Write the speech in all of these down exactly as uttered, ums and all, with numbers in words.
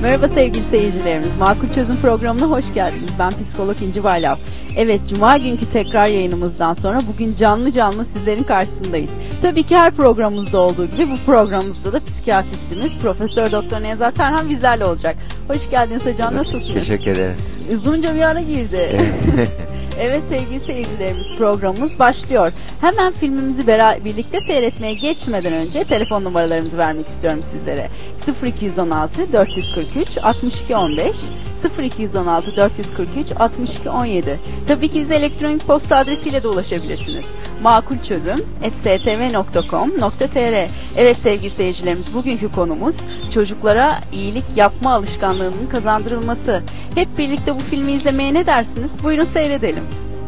Merhaba sevgili seyircilerimiz. Makul Çözüm programına hoş geldiniz. Ben psikolog İnci Baylav. Evet, Cuma günkü tekrar yayınımızdan sonra bugün canlı canlı sizlerin karşısındayız. Tabii ki her programımızda olduğu gibi bu programımızda da psikiyatristimiz Profesör Doktor Nevzat Tarhan bizlerle olacak. Hoş geldiniz hocam, nasılsınız? Teşekkür ederim. Uzunca bir ara girdi. Evet sevgili seyircilerimiz, programımız başlıyor. Hemen filmimizi bera- birlikte seyretmeye geçmeden önce telefon numaralarımızı vermek istiyorum sizlere. sıfır iki on altı dört kırk üç altmış iki on beş sıfır iki on altı dört kırk üç altmış iki on yedi. Tabii ki bize elektronik posta adresiyle de ulaşabilirsiniz. makulçözüm at s t v nokta com nokta t r. Evet sevgili seyircilerimiz, bugünkü konumuz çocuklara iyilik yapma alışkanlığının kazandırılması. Hep birlikte bu filmi izlemeye ne dersiniz? Buyurun seyredelim.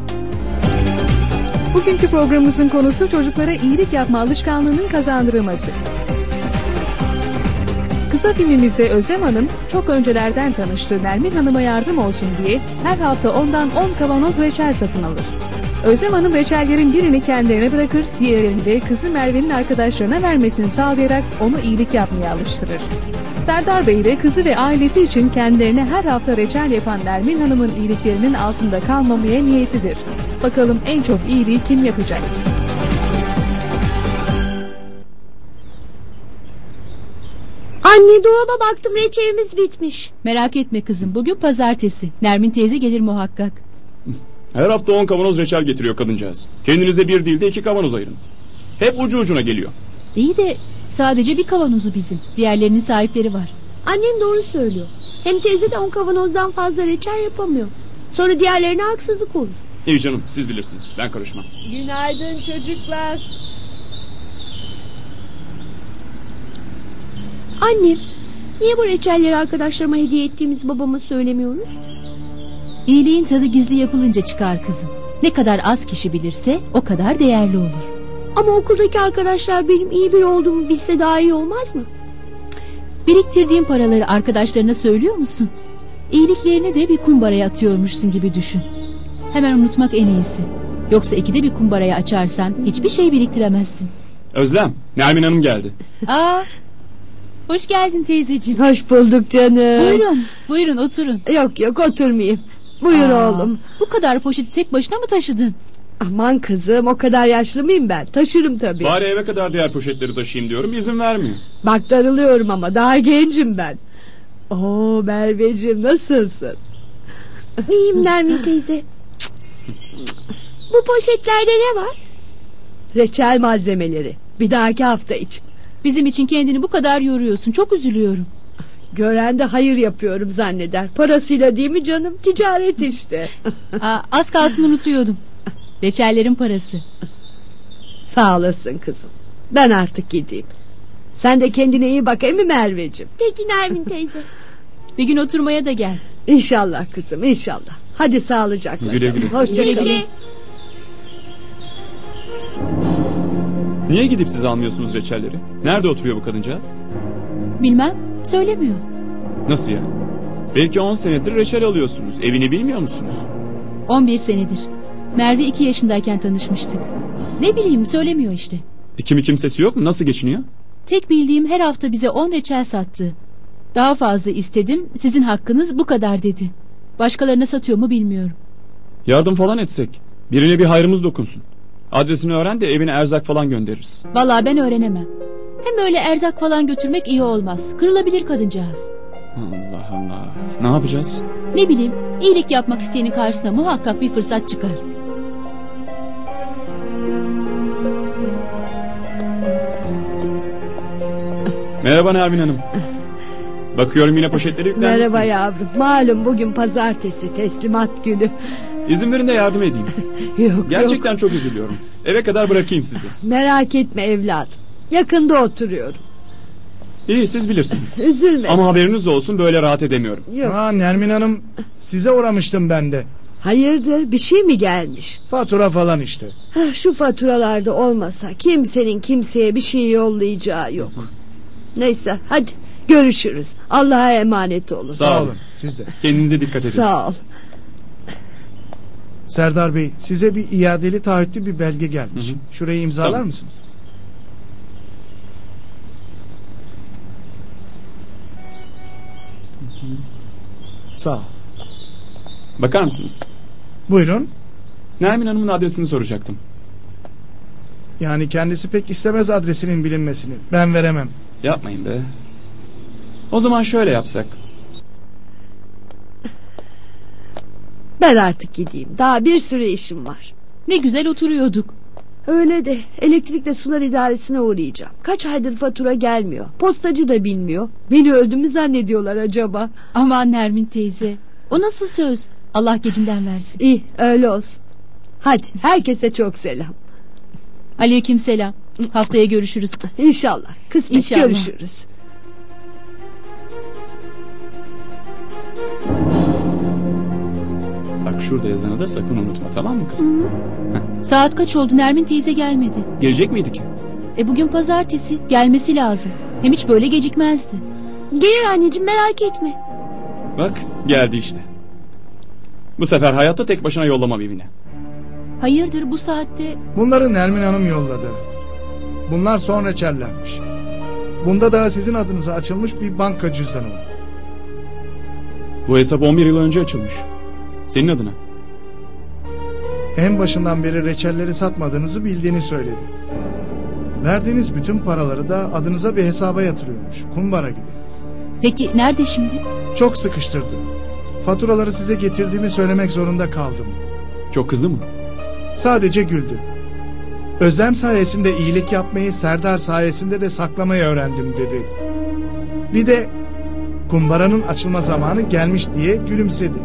Bugünkü programımızın konusu çocuklara iyilik yapma alışkanlığının kazandırılması. Kısa filmimizde Özlem Hanım çok öncelerden tanıştığı Nermin Hanım'a yardım olsun diye her hafta ondan on kavanoz reçel satın alır. Özlem Hanım reçellerin birini kendilerine bırakır, diğerini de kızı Merve'nin arkadaşlarına vermesini sağlayarak onu iyilik yapmaya alıştırır. Serdar Bey de kızı ve ailesi için kendilerine her hafta reçel yapan Nermin Hanım'ın iyiliklerinin altında kalmamaya niyetlidir. Bakalım en çok iyiliği kim yapacak? Anne, dolaba baktım, reçelimiz bitmiş. Merak etme kızım, bugün pazartesi. Nermin teyze gelir muhakkak. Her hafta on kavanoz reçel getiriyor kadıncağız. Kendinize bir değil de iki kavanoz ayırın. Hep ucu ucuna geliyor. İyi de sadece bir kavanozu bizim. Diğerlerinin sahipleri var. Annem doğru söylüyor. Hem teyze de on kavanozdan fazla reçel yapamıyor. Sonra diğerlerine haksızlık olur. İyi canım, siz bilirsiniz, ben karışmam. Günaydın çocuklar. Anne, niye bu reçelleri arkadaşlarıma hediye ettiğimiz babama söylemiyoruz? İyiliğin tadı gizli yapılınca çıkar kızım. Ne kadar az kişi bilirse o kadar değerli olur. Ama okuldaki arkadaşlar benim iyi biri olduğumu bilse daha iyi olmaz mı? Biriktirdiğin paraları arkadaşlarına söylüyor musun? İyiliklerini de bir kumbaraya atıyormuşsun gibi düşün. Hemen unutmak en iyisi. Yoksa ikide bir kumbarayı açarsan hiçbir şey biriktiremezsin. Özlem, Nermin Hanım geldi. Aa, hoş geldin teyzeciğim. Hoş bulduk canım. Buyurun, buyurun oturun. Yok yok, oturmayayım. Buyur Aa, oğlum. Bu kadar poşeti tek başına mı taşıdın? Aman kızım, o kadar yaşlı mıyım ben? Taşırım tabii. Bari eve kadar diğer poşetleri taşıyayım diyorum, izin vermiyor. Bak darılıyorum ama daha gencim ben. Oo Merveciğim, nasılsın? İyiyim Nermin teyze. Bu poşetlerde ne var? Reçel malzemeleri. Bir dahaki hafta için. Bizim için kendini bu kadar yoruyorsun, çok üzülüyorum. Gören de hayır yapıyorum zanneder. Parasıyla değil mi canım? Ticaret işte. Aa, az kalsın unutuyordum. Reçellerin parası. Sağ olasın kızım. Ben artık gideyim. Sen de kendine iyi bak, değil mi Merveciğim? Peki Nermin teyze. Bir gün oturmaya da gel. İnşallah kızım, inşallah. Hadi sağlıcakla. Güle güle. Hoşça Güle kalın. güle. Niye gidip siz almıyorsunuz reçelleri? Nerede oturuyor bu kadıncağız? Bilmem, söylemiyor. Nasıl yani? Belki on senedir reçel alıyorsunuz. Evini bilmiyor musunuz? On bir senedir. Merve iki yaşındayken tanışmıştık. Ne bileyim, söylemiyor işte. E, kimi kimsesi yok mu? Nasıl geçiniyor? Tek bildiğim her hafta bize on reçel sattı. Daha fazla istedim, sizin hakkınız bu kadar dedi. Başkalarına satıyor mu bilmiyorum. Yardım falan etsek. Birine bir hayrımız dokunsun. Adresini öğren de evine erzak falan göndeririz. Vallahi ben öğrenemem. Hem öyle erzak falan götürmek iyi olmaz. Kırılabilir kadıncağız. Allah Allah. Ne yapacağız? Ne bileyim, iyilik yapmak isteyenin karşısına muhakkak bir fırsat çıkar. Merhaba Nermin Hanım. Bakıyorum yine poşetleri yüklenmişsiniz. Merhaba yavrum. Malum bugün pazartesi, teslimat günü. İzin verin de yardım edeyim. Yok Gerçekten yok. çok üzülüyorum. Eve kadar bırakayım sizi. Merak etme evladım. Yakında oturuyorum. İyi, siz bilirsiniz. Üzülme. Ama haberiniz olsun, böyle rahat edemiyorum. Yok. Aa, Nermin Hanım, size uğramıştım ben de. Hayırdır, bir şey mi gelmiş? Fatura falan işte. Ah, şu faturalarda olmasa kimsenin kimseye bir şey yollayacağı yok. Neyse hadi görüşürüz. Allah'a emanet olun. Sağ Sağ olun. olun, siz de. Kendinize dikkat edin. Sağ ol. Serdar Bey, size bir iadeli taahhütlü bir belge gelmiş. Hı hı. Şurayı imzalar Tamam. mısınız? Sağ ol. Bakar mısınız? Buyurun. Nermin Hanım'ın adresini soracaktım. Yani kendisi pek istemez adresinin bilinmesini. Ben veremem. Yapmayın be. O zaman şöyle yapsak. Ben artık gideyim. Daha bir sürü işim var. Ne güzel oturuyorduk. Öyle de elektrikle sular idaresine uğrayacağım. Kaç aydır fatura gelmiyor. Postacı da bilmiyor. Beni öldü mü zannediyorlar acaba? Aman Nermin teyze. O nasıl söz? Allah gecinden versin. İyi, öyle olsun. Hadi herkese çok selam. Aleykümselam. Haftaya görüşürüz. İnşallah. Kısmet İnşallah. görüşürüz. Bak şurada yazanı da sakın unutma, tamam mı kızım? Saat kaç oldu? Nermin teyze gelmedi. Gelecek miydi ki? E bugün pazartesi. Gelmesi lazım. Hem hiç böyle gecikmezdi. Gelir anneciğim, merak etme. Bak geldi işte. Bu sefer hayatta tek başına yollamam evine. Hayırdır bu saatte? Bunları Nermin Hanım yolladı. Bunlar son reçellenmiş. Bunda da sizin adınıza açılmış bir banka cüzdanı var. Bu hesap on bir yıl önce açılmış. Senin adına. En başından beri reçelleri satmadığınızı bildiğini söyledi. Verdiğiniz bütün paraları da adınıza bir hesaba yatırıyormuş. Kumbara gibi. Peki nerede şimdi? Çok sıkıştırdı. Faturaları size getirdiğimi söylemek zorunda kaldım. Çok kızdı mı? Sadece güldü. Özlem sayesinde iyilik yapmayı, Serdar sayesinde de saklamayı öğrendim dedi. Bir de kumbaranın açılma zamanı gelmiş diye gülümsedi.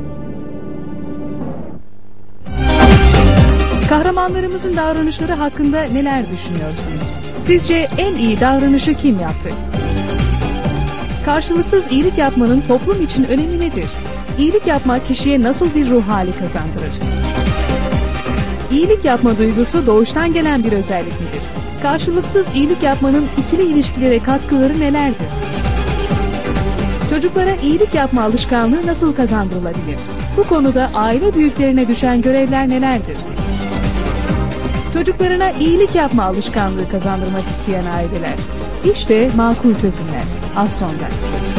Kahramanlarımızın davranışları hakkında neler düşünüyorsunuz? Sizce en iyi davranışı kim yaptı? Karşılıksız iyilik yapmanın toplum için önemi nedir? İyilik yapmak kişiye nasıl bir ruh hali kazandırır? İyilik yapma duygusu doğuştan gelen bir özellik midir? Karşılıksız iyilik yapmanın ikili ilişkilere katkıları nelerdir? Çocuklara iyilik yapma alışkanlığı nasıl kazandırılabilir? Bu konuda aile büyüklerine düşen görevler nelerdir? Çocuklarına iyilik yapma alışkanlığı kazandırmak isteyen aileler. İşte makul çözümler. Az sonra.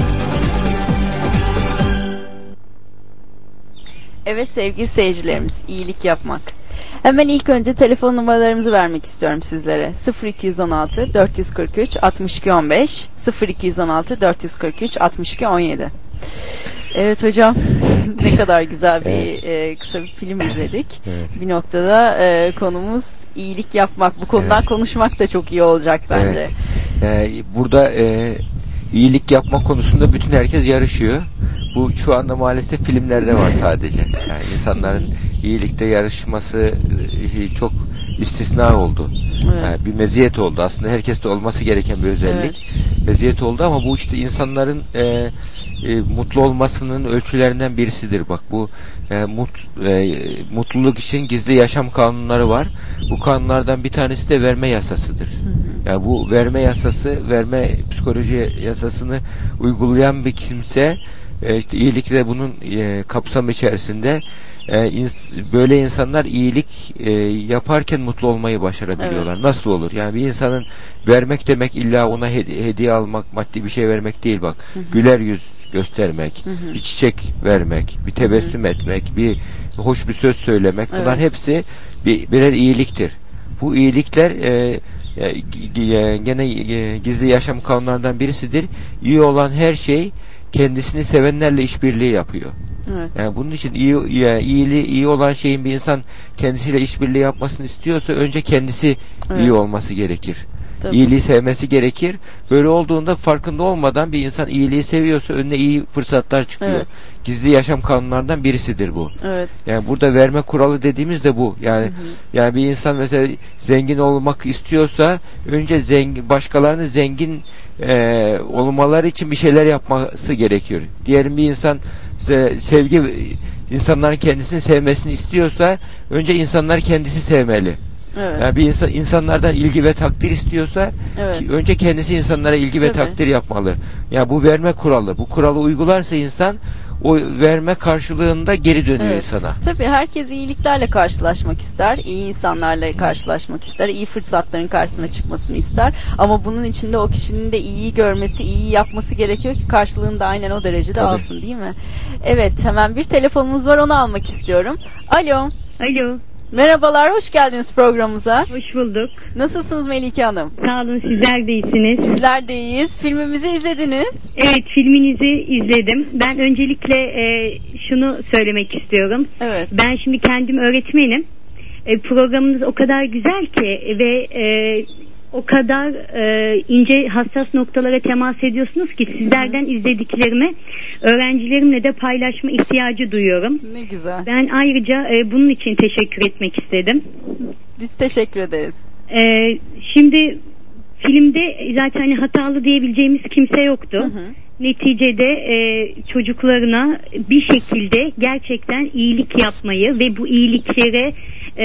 Evet sevgili seyircilerimiz, iyilik yapmak. Hemen ilk önce telefon numaralarımızı vermek istiyorum sizlere. sıfır iki on altı dört kırk üç altmış iki on beş sıfır iki on altı dört kırk üç altmış iki on yedi. Evet hocam, ne kadar güzel bir evet. e, kısa bir film izledik. Evet. Bir noktada e, konumuz iyilik yapmak. Bu konudan evet. konuşmak da çok iyi olacak bence. Evet. Ee, burada e, iyilik yapma konusunda bütün herkes yarışıyor. Bu şu anda maalesef filmlerde var sadece. Yani insanların iyilikte yarışması çok istisna oldu. Evet. Yani bir meziyet oldu. Aslında herkeste olması gereken bir özellik. Evet. Meziyet oldu ama bu işte insanların e, e, mutlu olmasının ölçülerinden birisidir. Bak bu e, mut, e, mutluluk için gizli yaşam kanunları var. Bu kanunlardan bir tanesi de verme yasasıdır. Hı hı. Yani bu verme yasası, verme psikoloji yasasını uygulayan bir kimse e, işte iyilikle bunun e, kapsamı içerisinde Ee, ins böyle insanlar iyilik e, yaparken mutlu olmayı başarabiliyorlar. Evet. Nasıl olur? Yani bir insanın vermek demek illa ona hedi hediye almak, maddi bir şey vermek değil bak. Hı hı. Güler yüz göstermek, hı hı. bir çiçek vermek, bir tebessüm hı hı. etmek, bir hoş bir söz söylemek. Evet. Bunların hepsi bir, birer iyiliktir. Bu iyilikler e, e, gene e, gizli yaşam kanunlarından birisidir. İyi olan her şey kendisini sevenlerle işbirliği yapıyor. Evet. Yani bunun için iyi, iyi, iyiliği, iyi olan şeyin bir insan kendisiyle işbirliği yapmasını istiyorsa önce kendisi evet. iyi olması gerekir. Tabii. İyiliği sevmesi gerekir. Böyle olduğunda farkında olmadan bir insan iyiliği seviyorsa önüne iyi fırsatlar çıkıyor. Evet. Gizli yaşam kanunlarından birisidir bu. Evet. Yani burada verme kuralı dediğimiz de bu. Yani hı hı. yani bir insan mesela zengin olmak istiyorsa önce zengin başkalarını zengin e, olmaları için bir şeyler yapması gerekiyor. Diğer bir insan sevgi insanların kendisini sevmesini istiyorsa önce insanlar kendisi sevmeli. Evet. Yani bir insan insanlardan ilgi ve takdir istiyorsa evet. ki, önce kendisi insanlara ilgi Tabii. ve takdir yapmalı. Yani bu verme kuralı. Bu kuralı uygularsa insan o verme karşılığında geri dönüyor Evet. sana. Tabii herkes iyiliklerle karşılaşmak ister, iyi insanlarla karşılaşmak ister, iyi fırsatların karşısına çıkmasını ister. Ama bunun için de o kişinin de iyiyi görmesi, iyi yapması gerekiyor ki karşılığını da aynen o derecede Tabii. alsın, değil mi? Evet, hemen bir telefonumuz var, onu almak istiyorum. Alo. Alo, Merhabalar, hoş geldiniz programımıza. hoş bulduk. Nasılsınız Melike Hanım? Sağ olun, sizler de iyisiniz. Bizler de iyiyiz. Filmimizi izlediniz. Evet, filminizi izledim. Ben öncelikle e, şunu söylemek istiyorum. Evet. Ben şimdi kendim öğretmenim. E, programınız o kadar güzel ki ve e, o kadar e, ince, hassas noktalara temas ediyorsunuz ki sizlerden izlediklerimi öğrencilerimle de paylaşma ihtiyacı duyuyorum. Ne güzel. Ben ayrıca e, bunun için teşekkür etmek istedim. Biz teşekkür ederiz. Ee, şimdi filmde zaten hani hatalı diyebileceğimiz kimse yoktu. Hı hı. Neticede e, çocuklarına bir şekilde gerçekten iyilik yapmayı ve bu iyiliklere e,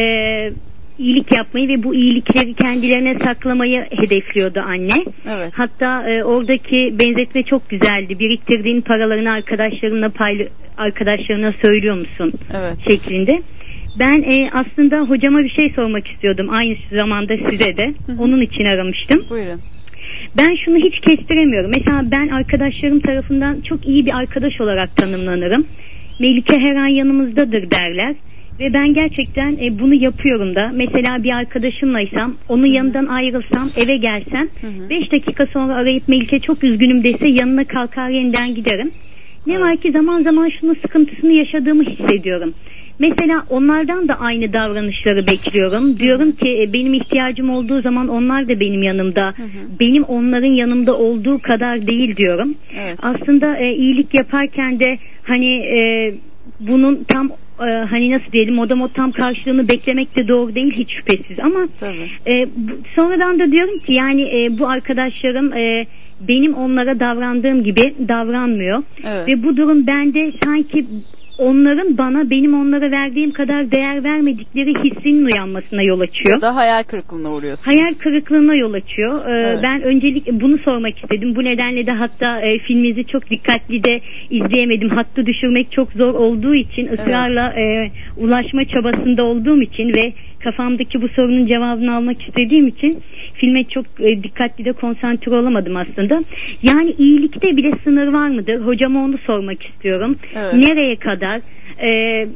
iyilik yapmayı ve bu iyilikleri kendilerine saklamayı hedefliyordu anne. Evet. Hatta e, oradaki benzetme çok güzeldi. Biriktirdiğin paralarını arkadaşlarına payla arkadaşlarına söylüyor musun? Evet. Şeklinde. Ben e, aslında hocama bir şey sormak istiyordum. Aynı zamanda size de. Hı hı. Onun için aramıştım. Buyurun. Ben şunu hiç kestiremiyorum. Mesela ben arkadaşlarım tarafından çok iyi bir arkadaş olarak tanımlanırım. Melike her an yanımızdadır derler. Ve ben gerçekten e, bunu yapıyorum da. Mesela bir arkadaşımlaysam, onun yanından ayrılsam, eve gelsem, beş dakika sonra arayıp Melike çok üzgünüm dese yanına kalkar yeniden giderim. Ne var ki zaman zaman şunun sıkıntısını yaşadığımı hissediyorum. Mesela onlardan da aynı davranışları bekliyorum. Diyorum ki benim ihtiyacım olduğu zaman onlar da benim yanımda. Hı hı. Benim onların yanımda olduğu kadar değil diyorum. Evet. Aslında e, iyilik yaparken de hani e, bunun tam e, hani nasıl diyelim modamot tam karşılığını beklemek de doğru değil hiç şüphesiz. Ama e, bu, sonradan da diyorum ki yani e, bu arkadaşlarım e, benim onlara davrandığım gibi davranmıyor. Evet. Ve bu durum bende sanki onların bana benim onlara verdiğim kadar değer vermedikleri hissinin uyanmasına yol açıyor. Ya da hayal kırıklığına uğruyorsunuz. Hayal kırıklığına yol açıyor. Ee, Evet. Ben öncelikle bunu sormak istedim. Bu nedenle de hatta e, filminizi çok dikkatli de izleyemedim. Hattı düşürmek çok zor olduğu için ısrarla e, ulaşma çabasında olduğum için ve kafamdaki bu sorunun cevabını almak istediğim için filme çok e, dikkatli de konsantre olamadım aslında. Yani iyilikte bile sınır var mıdır? Hocama onu sormak istiyorum. Evet. Nereye kadar? Ee,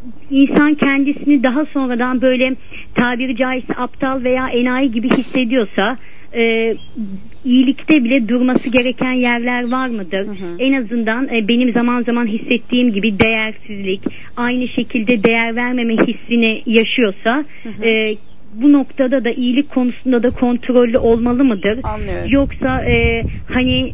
insan kendisini daha sonradan böyle tabiri caizse aptal veya enayi gibi hissediyorsa e, iyilikte bile durması gereken yerler var mıdır? Hı hı. En azından e, benim zaman zaman hissettiğim gibi değersizlik, aynı şekilde değer vermeme hissini yaşıyorsa hı hı. E, bu noktada da iyilik konusunda da kontrollü olmalı mıdır? Anlıyorum. Yoksa e, hani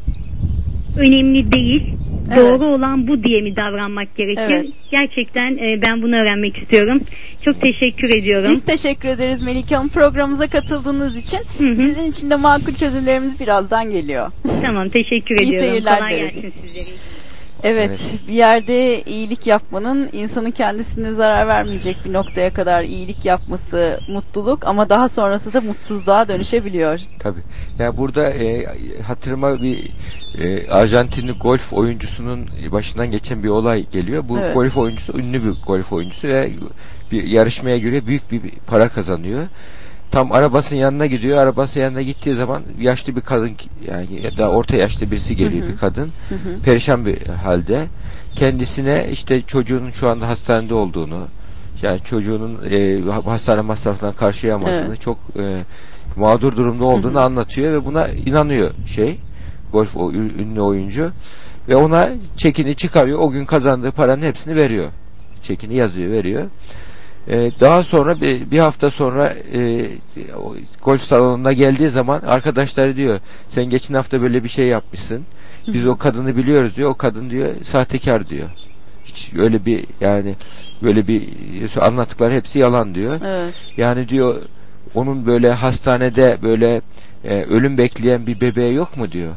önemli değil, evet. Doğru olan bu diye mi davranmak gerekir? Evet. Gerçekten e, ben bunu öğrenmek istiyorum. Çok teşekkür ediyorum. Biz teşekkür ederiz Melike Hanım programımıza katıldığınız için. Hı hı. Sizin için de makul çözümlerimiz birazdan geliyor. Tamam, teşekkür İyi ediyorum. seyirler Kolay deriz. gelsin sizlere. Evet, Evet, bir yerde iyilik yapmanın insanın kendisine zarar vermeyecek bir noktaya kadar iyilik yapması mutluluk ama daha sonrası da mutsuzluğa dönüşebiliyor. Tabii. Yani burada e, hatırıma bir e, Arjantinli golf oyuncusunun başından geçen bir olay geliyor. Bu Evet. golf oyuncusu ünlü bir golf oyuncusu ve bir yarışmaya göre büyük bir para kazanıyor. Tam arabasının yanına gidiyor. Arabasının yanına gittiği zaman yaşlı bir kadın, yani daha orta yaşlı birisi geliyor, hı hı. bir kadın. Hı hı. Perişan bir halde. Kendisine işte çocuğunun şu anda hastanede olduğunu, yani çocuğunun e, hastane masraflarını karşılayamadığını, evet. çok e, mağdur durumda olduğunu, hı hı. anlatıyor ve buna inanıyor şey golf o, ünlü oyuncu ve ona çekini çıkarıyor. O gün kazandığı paranın hepsini veriyor. Çekini yazıyor, veriyor. Ee, daha sonra bir, bir hafta sonra e, golf salonuna geldiği zaman arkadaşları diyor, sen geçen hafta böyle bir şey yapmışsın. Biz o kadını biliyoruz diyor. O kadın diyor sahtekar diyor. Hiç öyle bir, yani böyle bir anlattıkları hepsi yalan diyor. Evet. Yani diyor onun böyle hastanede böyle e, ölüm bekleyen bir bebeği yok mu diyor.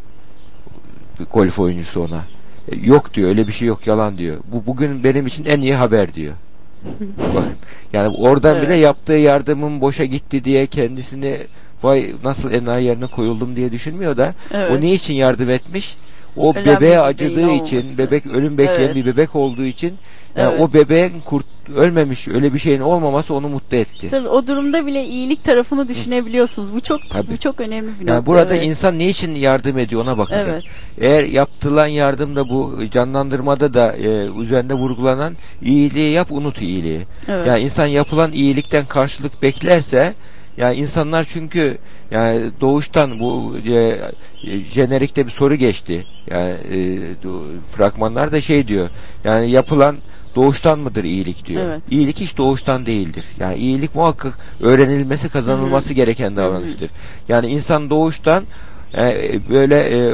Golf oyuncusu ona. E, yok diyor, öyle bir şey yok, yalan diyor. Bu bugün benim için en iyi haber diyor. Bakın, yani oradan evet. bile yaptığı yardımın boşa gitti diye kendisini vay nasıl enayi yerine koyuldum diye düşünmüyor da evet. o niçin yardım etmiş? o Ölen bebeğe bir acıdığı bebeğin için, olması. bebek ölüm bekleyen Evet. bir bebek olduğu için yani Evet. o bebeğin kurt ölmemiş, öyle bir şeyin olmaması onu mutlu etti. Tabii o durumda bile iyilik tarafını düşünebiliyorsunuz. Bu çok Tabii. bu çok önemli bir nokta. Yani burada evet. insan ne için yardım ediyor ona bakacak. Evet. Eğer yapılan yardımda bu canlandırmada da e, üzerinde vurgulanan iyiliği yap, unut iyiliği. Evet. Yani insan yapılan iyilikten karşılık beklerse, yani insanlar çünkü yani doğuştan bu e, e, jenerikte bir soru geçti. Yani e, do, fragmanlar da şey diyor. Yani yapılan doğuştan mıdır iyilik diyor. Evet. İyilik hiç doğuştan değildir. Yani iyilik muhakkak öğrenilmesi, kazanılması Hı-hı. gereken davranıştır. Yani insan doğuştan e, böyle e,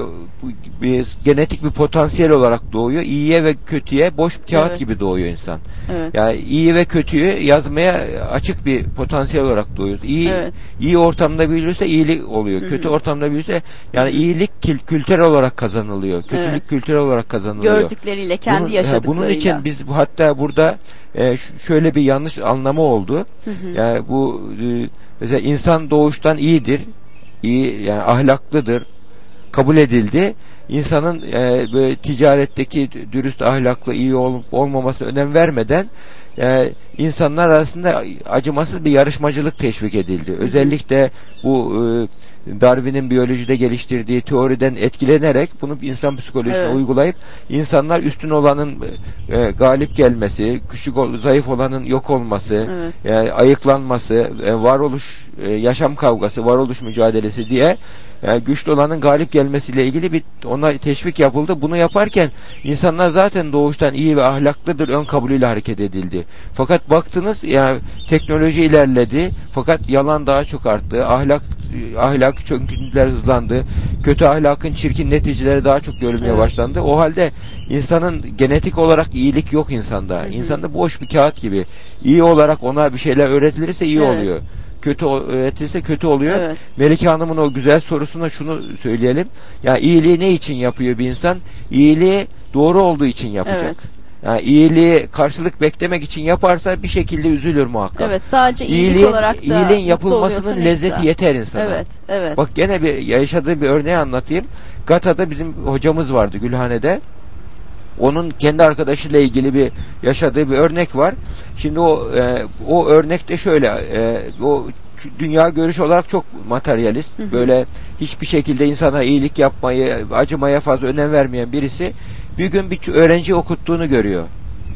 bir genetik bir potansiyel olarak doğuyor. İyiye ve kötüye boş bir kağıt Evet. gibi doğuyor insan. Evet. Yani iyi ve kötüyü yazmaya açık bir potansiyel olarak doğuyoruz. İyi Evet. iyi ortamda büyülürse iyilik oluyor. Hı-hı. Kötü ortamda büyülürse yani iyilik kil- kültürel olarak kazanılıyor. Kötülük Evet. kültürel olarak kazanılıyor. Gördükleriyle, kendi bunun, yaşadıklarıyla. Bunun için biz hatta burada e, ş- şöyle bir yanlış anlama oldu. Hı hı. Yani bu e, mesela insan doğuştan iyidir. İyi yani ahlaklıdır. Kabul edildi. İnsanın e, böyle ticaretteki dürüst, ahlaklı, iyi olup olmamasına önem vermeden e, insanlar arasında acımasız bir yarışmacılık teşvik edildi. Hı hı. Özellikle bu e, Darwin'in biyolojide geliştirdiği teoriden etkilenerek bunu insan psikolojisine Evet. uygulayıp insanlar üstün olanın e, galip gelmesi, küçük zayıf olanın yok olması, Evet. e, ayıklanması, e, varoluş e, yaşam kavgası, varoluş mücadelesi diye yani güçlü olanın galip gelmesiyle ilgili bir ona teşvik yapıldı. Bunu yaparken insanlar zaten doğuştan iyi ve ahlaklıdır ön kabulüyle hareket edildi. Fakat baktınız yani teknoloji ilerledi. Fakat yalan daha çok arttı. Ahlak ahlaki çöküntüler hızlandı. Kötü ahlakın çirkin neticeleri daha çok görülmeye Evet. başlandı. O halde insanın genetik olarak iyilik yok insanda. Hı hı. İnsanda boş bir kağıt gibi. İyi olarak ona bir şeyler öğretilirse iyi Evet. oluyor. Kötü öğretilirse kötü oluyor. Evet. Melike Hanım'ın o güzel sorusuna şunu söyleyelim. Ya iyiliği ne için yapıyor bir insan? İyiliği doğru olduğu için yapacak. Evet. Yani iyiliği karşılık beklemek için yaparsa bir şekilde üzülür muhakkak. Evet, sadece iyilik İyiliğin, olarak da iyiliğin mutlu yapılmasının oluyorsa lezzeti neyse. yeter insana. Evet, evet. Bak gene bir yaşadığı bir örneği anlatayım. Gata'da bizim hocamız vardı Gülhane'de. Onun kendi arkadaşıyla ilgili bir yaşadığı bir örnek var. Şimdi o e, o örnekte şöyle e, o dünya görüş olarak çok materyalist. Hı hı. Böyle hiçbir şekilde insana iyilik yapmayı, acımaya fazla önem vermeyen birisi bir gün bir öğrenci okuttuğunu görüyor.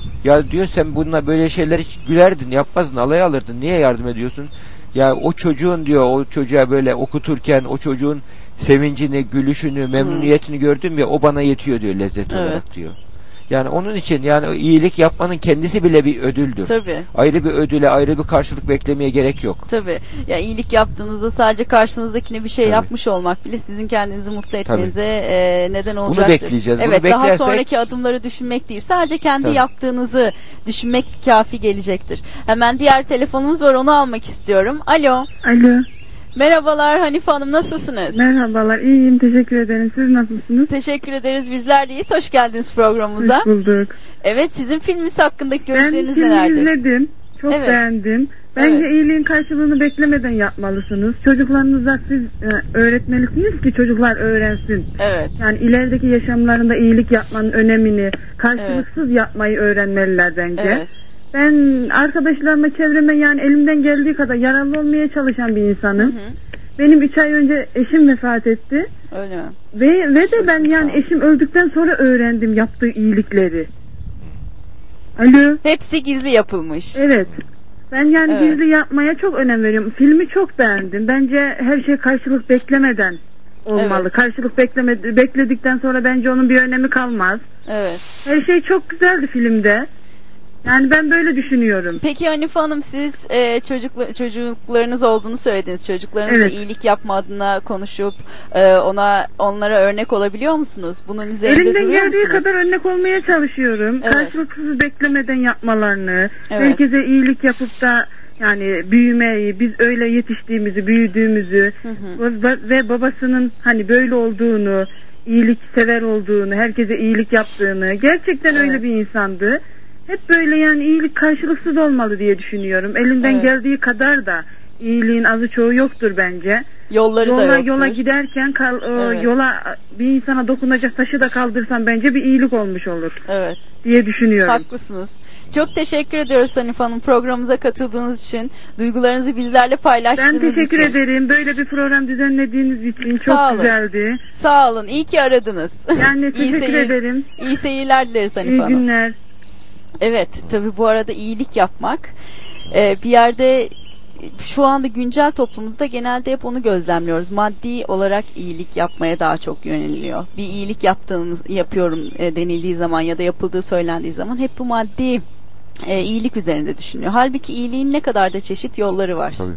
Ya diyor sen bununla böyle şeyler hiç gülerdin, yapmazdın, alay alırdın. Niye yardım ediyorsun? Ya o çocuğun diyor, o çocuğa böyle okuturken o çocuğun sevincini, gülüşünü, memnuniyetini hmm. gördüm ya o bana yetiyor diyor lezzet evet. olarak diyor. Yani onun için yani iyilik yapmanın kendisi bile bir ödüldür. Tabii. Ayrı bir ödüle, ayrı bir karşılık beklemeye gerek yok. Tabii. Ya iyilik yaptığınızda sadece karşınızdakine bir şey Tabii. yapmış olmak bile sizin kendinizi mutlu etmenize e, neden olacaktır. Bunu bekleyeceğiz. Evet, Bunu daha beklersek... sonraki adımları düşünmek değil. Sadece kendi Tabii. yaptığınızı düşünmek kafi gelecektir. Hemen diğer telefonumuz var, onu almak istiyorum. Alo. Alo. Merhabalar Hanife Hanım, nasılsınız? Merhabalar, iyiyim, teşekkür ederim. Siz nasılsınız? Teşekkür ederiz, bizler deyiz. Hoş geldiniz programımıza. Hoş bulduk. Evet, sizin filminiz hakkındaki görüşleriniz ben nelerdir? Ben filmi izledim, çok evet. beğendim. Bence evet. iyiliğin karşılığını beklemeden yapmalısınız. Çocuklarınıza siz e, öğretmelisiniz ki çocuklar öğrensin. Evet. Yani ilerideki yaşamlarında iyilik yapmanın önemini, karşılıksız evet. yapmayı öğrenmeliler bence. Evet. Ben arkadaşlarıma, çevreme yani elimden geldiği kadar yararlı olmaya çalışan bir insanım. Hı hı. Benim üç ay önce eşim vefat etti. Öyle mi? Ve, ve de ben yani eşim öldükten sonra öğrendim yaptığı iyilikleri. Alo. Hepsi gizli yapılmış. Evet. Ben yani evet. gizli yapmaya çok önem veriyorum. Filmi çok beğendim. Bence her şey karşılık beklemeden olmalı. Evet. Karşılık bekleme, bekledikten sonra bence onun bir önemi kalmaz. Evet. Her şey çok güzeldi filmde. Yani ben böyle düşünüyorum. Peki Hanife Hanım, siz e, çocukla, çocuklarınız olduğunu söylediniz. Çocuklarınızla evet. iyilik yapma adına konuşup e, ona onlara örnek olabiliyor musunuz? Bunun üzerinde Elimden duruyor geldiği musunuz? kadar örnek olmaya çalışıyorum. Evet. Karşılıksız beklemeden yapmalarını, evet. herkese iyilik yapıp da yani büyümeyi, biz öyle yetiştiğimizi, büyüdüğümüzü hı hı. Ve, ve babasının hani böyle olduğunu, iyilik sever olduğunu, herkese iyilik yaptığını, gerçekten evet. öyle bir insandı. Hep böyle yani iyilik karşılıksız olmalı diye düşünüyorum. Elinden evet. geldiği kadar da iyiliğin azı çoğu yoktur bence. Yolları yola, da yoktur. Yola giderken kal, evet. yola bir insana dokunacak taşı da kaldırsan bence bir iyilik olmuş olur. Evet. Diye düşünüyorum. Haklısınız. Çok teşekkür ediyoruz Hanif Hanım programımıza katıldığınız için, duygularınızı bizlerle paylaştığınız için. Ben teşekkür için. ederim. Böyle bir program düzenlediğiniz için çok Sağ olun. güzeldi. Sağ olun. İyi ki aradınız. Yani teşekkür seyir, ederim. İyi seyirler dileriz Hanif İyi Hanım. İyi günler. Evet, tabii bu arada iyilik yapmak e, bir yerde şu anda güncel toplumumuzda genelde hep onu gözlemliyoruz. Maddi olarak iyilik yapmaya daha çok yöneliliyor. Bir iyilik yaptığınız yapıyorum e, denildiği zaman ya da yapıldığı söylendiği zaman hep bu maddi e, iyilik üzerinde düşünüyor. Halbuki iyiliğin ne kadar da çeşit yolları var. Tabii.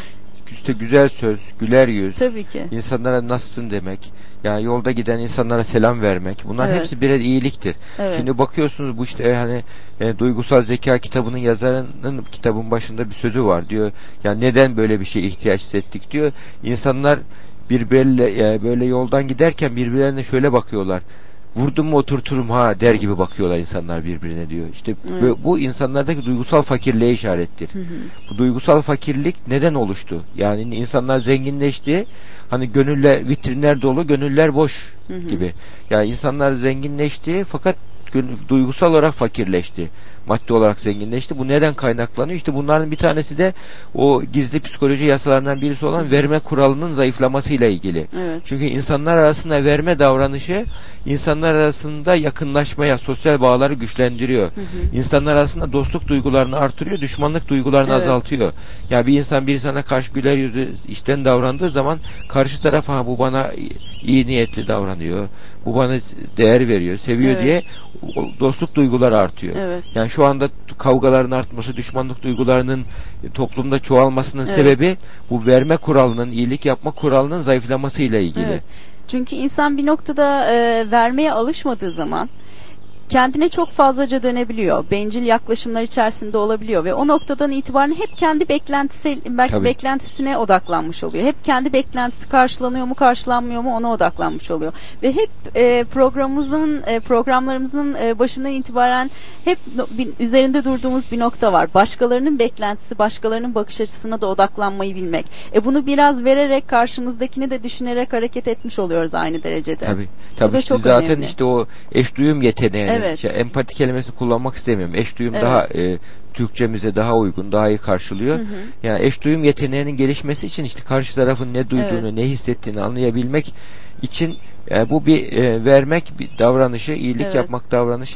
İşte güzel söz, güler yüz. Tabii ki. İnsanlara nasılsın demek. Yani yolda giden insanlara selam vermek. Bunlar evet. hepsi birer iyiliktir. Evet. Şimdi bakıyorsunuz bu işte hani e, Duygusal Zeka kitabının yazarının kitabın başında bir sözü var diyor. Yani neden böyle bir şeye ihtiyaç hissettik diyor. İnsanlar birbirleriyle yani böyle yoldan giderken birbirlerine şöyle bakıyorlar. Vurdum mu oturturum ha der gibi bakıyorlar insanlar birbirine diyor. İşte evet. bu insanlardaki duygusal fakirliğe işarettir. Hı hı. Bu duygusal fakirlik neden oluştu? Yani insanlar zenginleşti. Hani gönüller, vitrinler dolu, gönüller boş hı hı. gibi. Yani insanlar zenginleşti fakat duygusal olarak fakirleşti. Maddi olarak zenginleşti. Bu neden kaynaklanıyor? İşte bunların bir tanesi de o gizli psikoloji yasalarından birisi olan verme kuralının zayıflamasıyla ilgili. Evet. Çünkü insanlar arasında verme davranışı insanlar arasında yakınlaşmaya, sosyal bağları güçlendiriyor. Hı hı. İnsanlar arasında dostluk duygularını artırıyor, düşmanlık duygularını evet. azaltıyor. Yani bir insan bir insana karşı güler yüzlü işten davrandığı zaman karşı taraf ha bu bana iyi niyetli davranıyor. Bu bana değer veriyor, seviyor evet. diye dostluk duyguları artıyor. Evet. Yani şu anda kavgaların artması, düşmanlık duygularının toplumda çoğalmasının evet. sebebi bu verme kuralının, iyilik yapma kuralının zayıflamasıyla ilgili. Evet. Çünkü insan bir noktada e, vermeye alışmadığı zaman kendine çok fazlaca dönebiliyor. Bencil yaklaşımlar içerisinde olabiliyor ve o noktadan itibaren hep kendi beklentisi, beklentisine odaklanmış oluyor. Hep kendi beklentisi karşılanıyor mu, karşılanmıyor mu ona odaklanmış oluyor. Ve hep e, programımızın, e, programlarımızın e, başından itibaren hep no, bir, üzerinde durduğumuz bir nokta var. Başkalarının beklentisi, başkalarının bakış açısına da odaklanmayı bilmek. E bunu biraz vererek karşımızdakini de düşünerek hareket etmiş oluyoruz aynı derecede. Tabii. Tabii işte zaten önemli. işte o eş duyum yeteneği. Evet. Evet. Şey, empati kelimesini kullanmak istemiyorum. Eş duyum evet. daha e, Türkçemize daha uygun, daha iyi karşılıyor. Hı hı. Yani eş duyum yeteneğinin gelişmesi için işte karşı tarafın ne duyduğunu, evet. ne hissettiğini anlayabilmek için e, bu bir e, vermek bir davranışı, iyilik evet. yapmak davranışı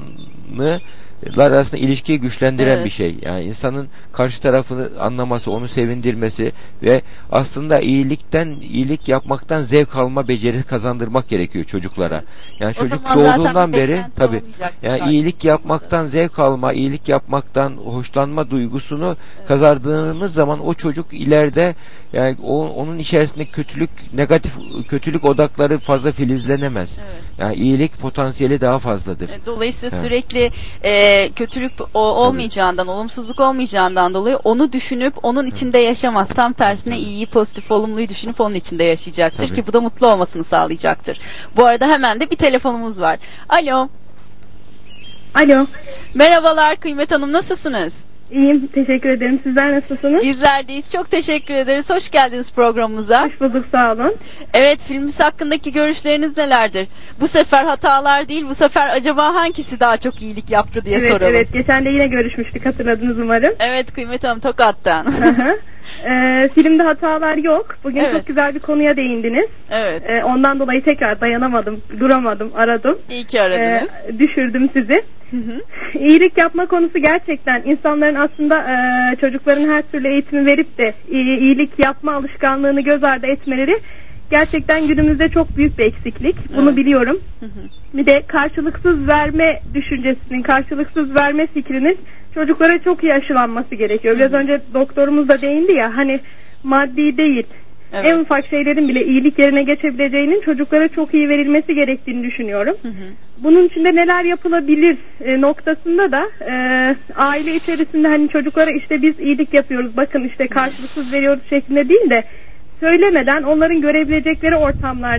insanı arasında ilişkiyi güçlendiren evet. bir şey. Yani insanın karşı tarafını anlaması, onu sevindirmesi ve aslında iyilikten, iyilik yapmaktan zevk alma becerisi kazandırmak gerekiyor çocuklara. Yani o çocuk doğduğundan beri tabii yani zaten. iyilik yapmaktan zevk alma, iyilik yapmaktan hoşlanma duygusunu evet. kazandığımız zaman o çocuk ileride yani o, onun içerisinde kötülük, negatif kötülük odakları fazla filizlenemez. Evet. Yani iyilik potansiyeli daha fazladır. Dolayısıyla evet. sürekli e, kötülük o, olmayacağından, Tabii. olumsuzluk olmayacağından dolayı onu düşünüp onun içinde yaşamaz. Tam tersine Tabii. iyiyi, pozitif, olumluyu düşünüp onun içinde yaşayacaktır Tabii. ki bu da mutlu olmasını sağlayacaktır. Bu arada hemen de bir telefonumuz var. Alo. Alo. Merhabalar Kıymet Hanım, nasılsınız? İyiyim, teşekkür ederim. Sizler nasılsınız? Bizler deyiz. Çok teşekkür ederiz. Hoş geldiniz programımıza. Hoş bulduk, sağ olun. Evet, filmimiz hakkındaki görüşleriniz nelerdir? Bu sefer hatalar değil, bu sefer acaba hangisi daha çok iyilik yaptı diye evet, soralım. Evet, geçen de yine görüşmüştük, hatırladınız umarım. Evet, Kıymet Hanım, Tokat'tan. ee, filmde hatalar yok. Bugün evet. çok güzel bir konuya değindiniz. Evet. Ee, ondan dolayı tekrar dayanamadım, duramadım, aradım. İyi ki aradınız. Ee, düşürdüm sizi. Hı hı. İyilik yapma konusu gerçekten insanların aslında e, çocukların her türlü eğitimi verip de iyilik yapma alışkanlığını göz ardı etmeleri gerçekten günümüzde çok büyük bir eksiklik. Bunu evet. biliyorum. Hı hı. Bir de karşılıksız verme düşüncesinin, karşılıksız verme fikrinin çocuklara çok iyi aşılanması gerekiyor. Biraz hı hı. önce doktorumuz da değindi ya, hani maddi değil. Evet. En ufak şeylerin bile iyilik yerine geçebileceğinin çocuklara çok iyi verilmesi gerektiğini düşünüyorum. Hı hı. Bunun içinde neler yapılabilir e, noktasında da e, aile içerisinde hani çocuklara işte biz iyilik yapıyoruz, bakın işte karşılıksız veriyoruz şeklinde değil de söylemeden onların görebilecekleri ortamlarda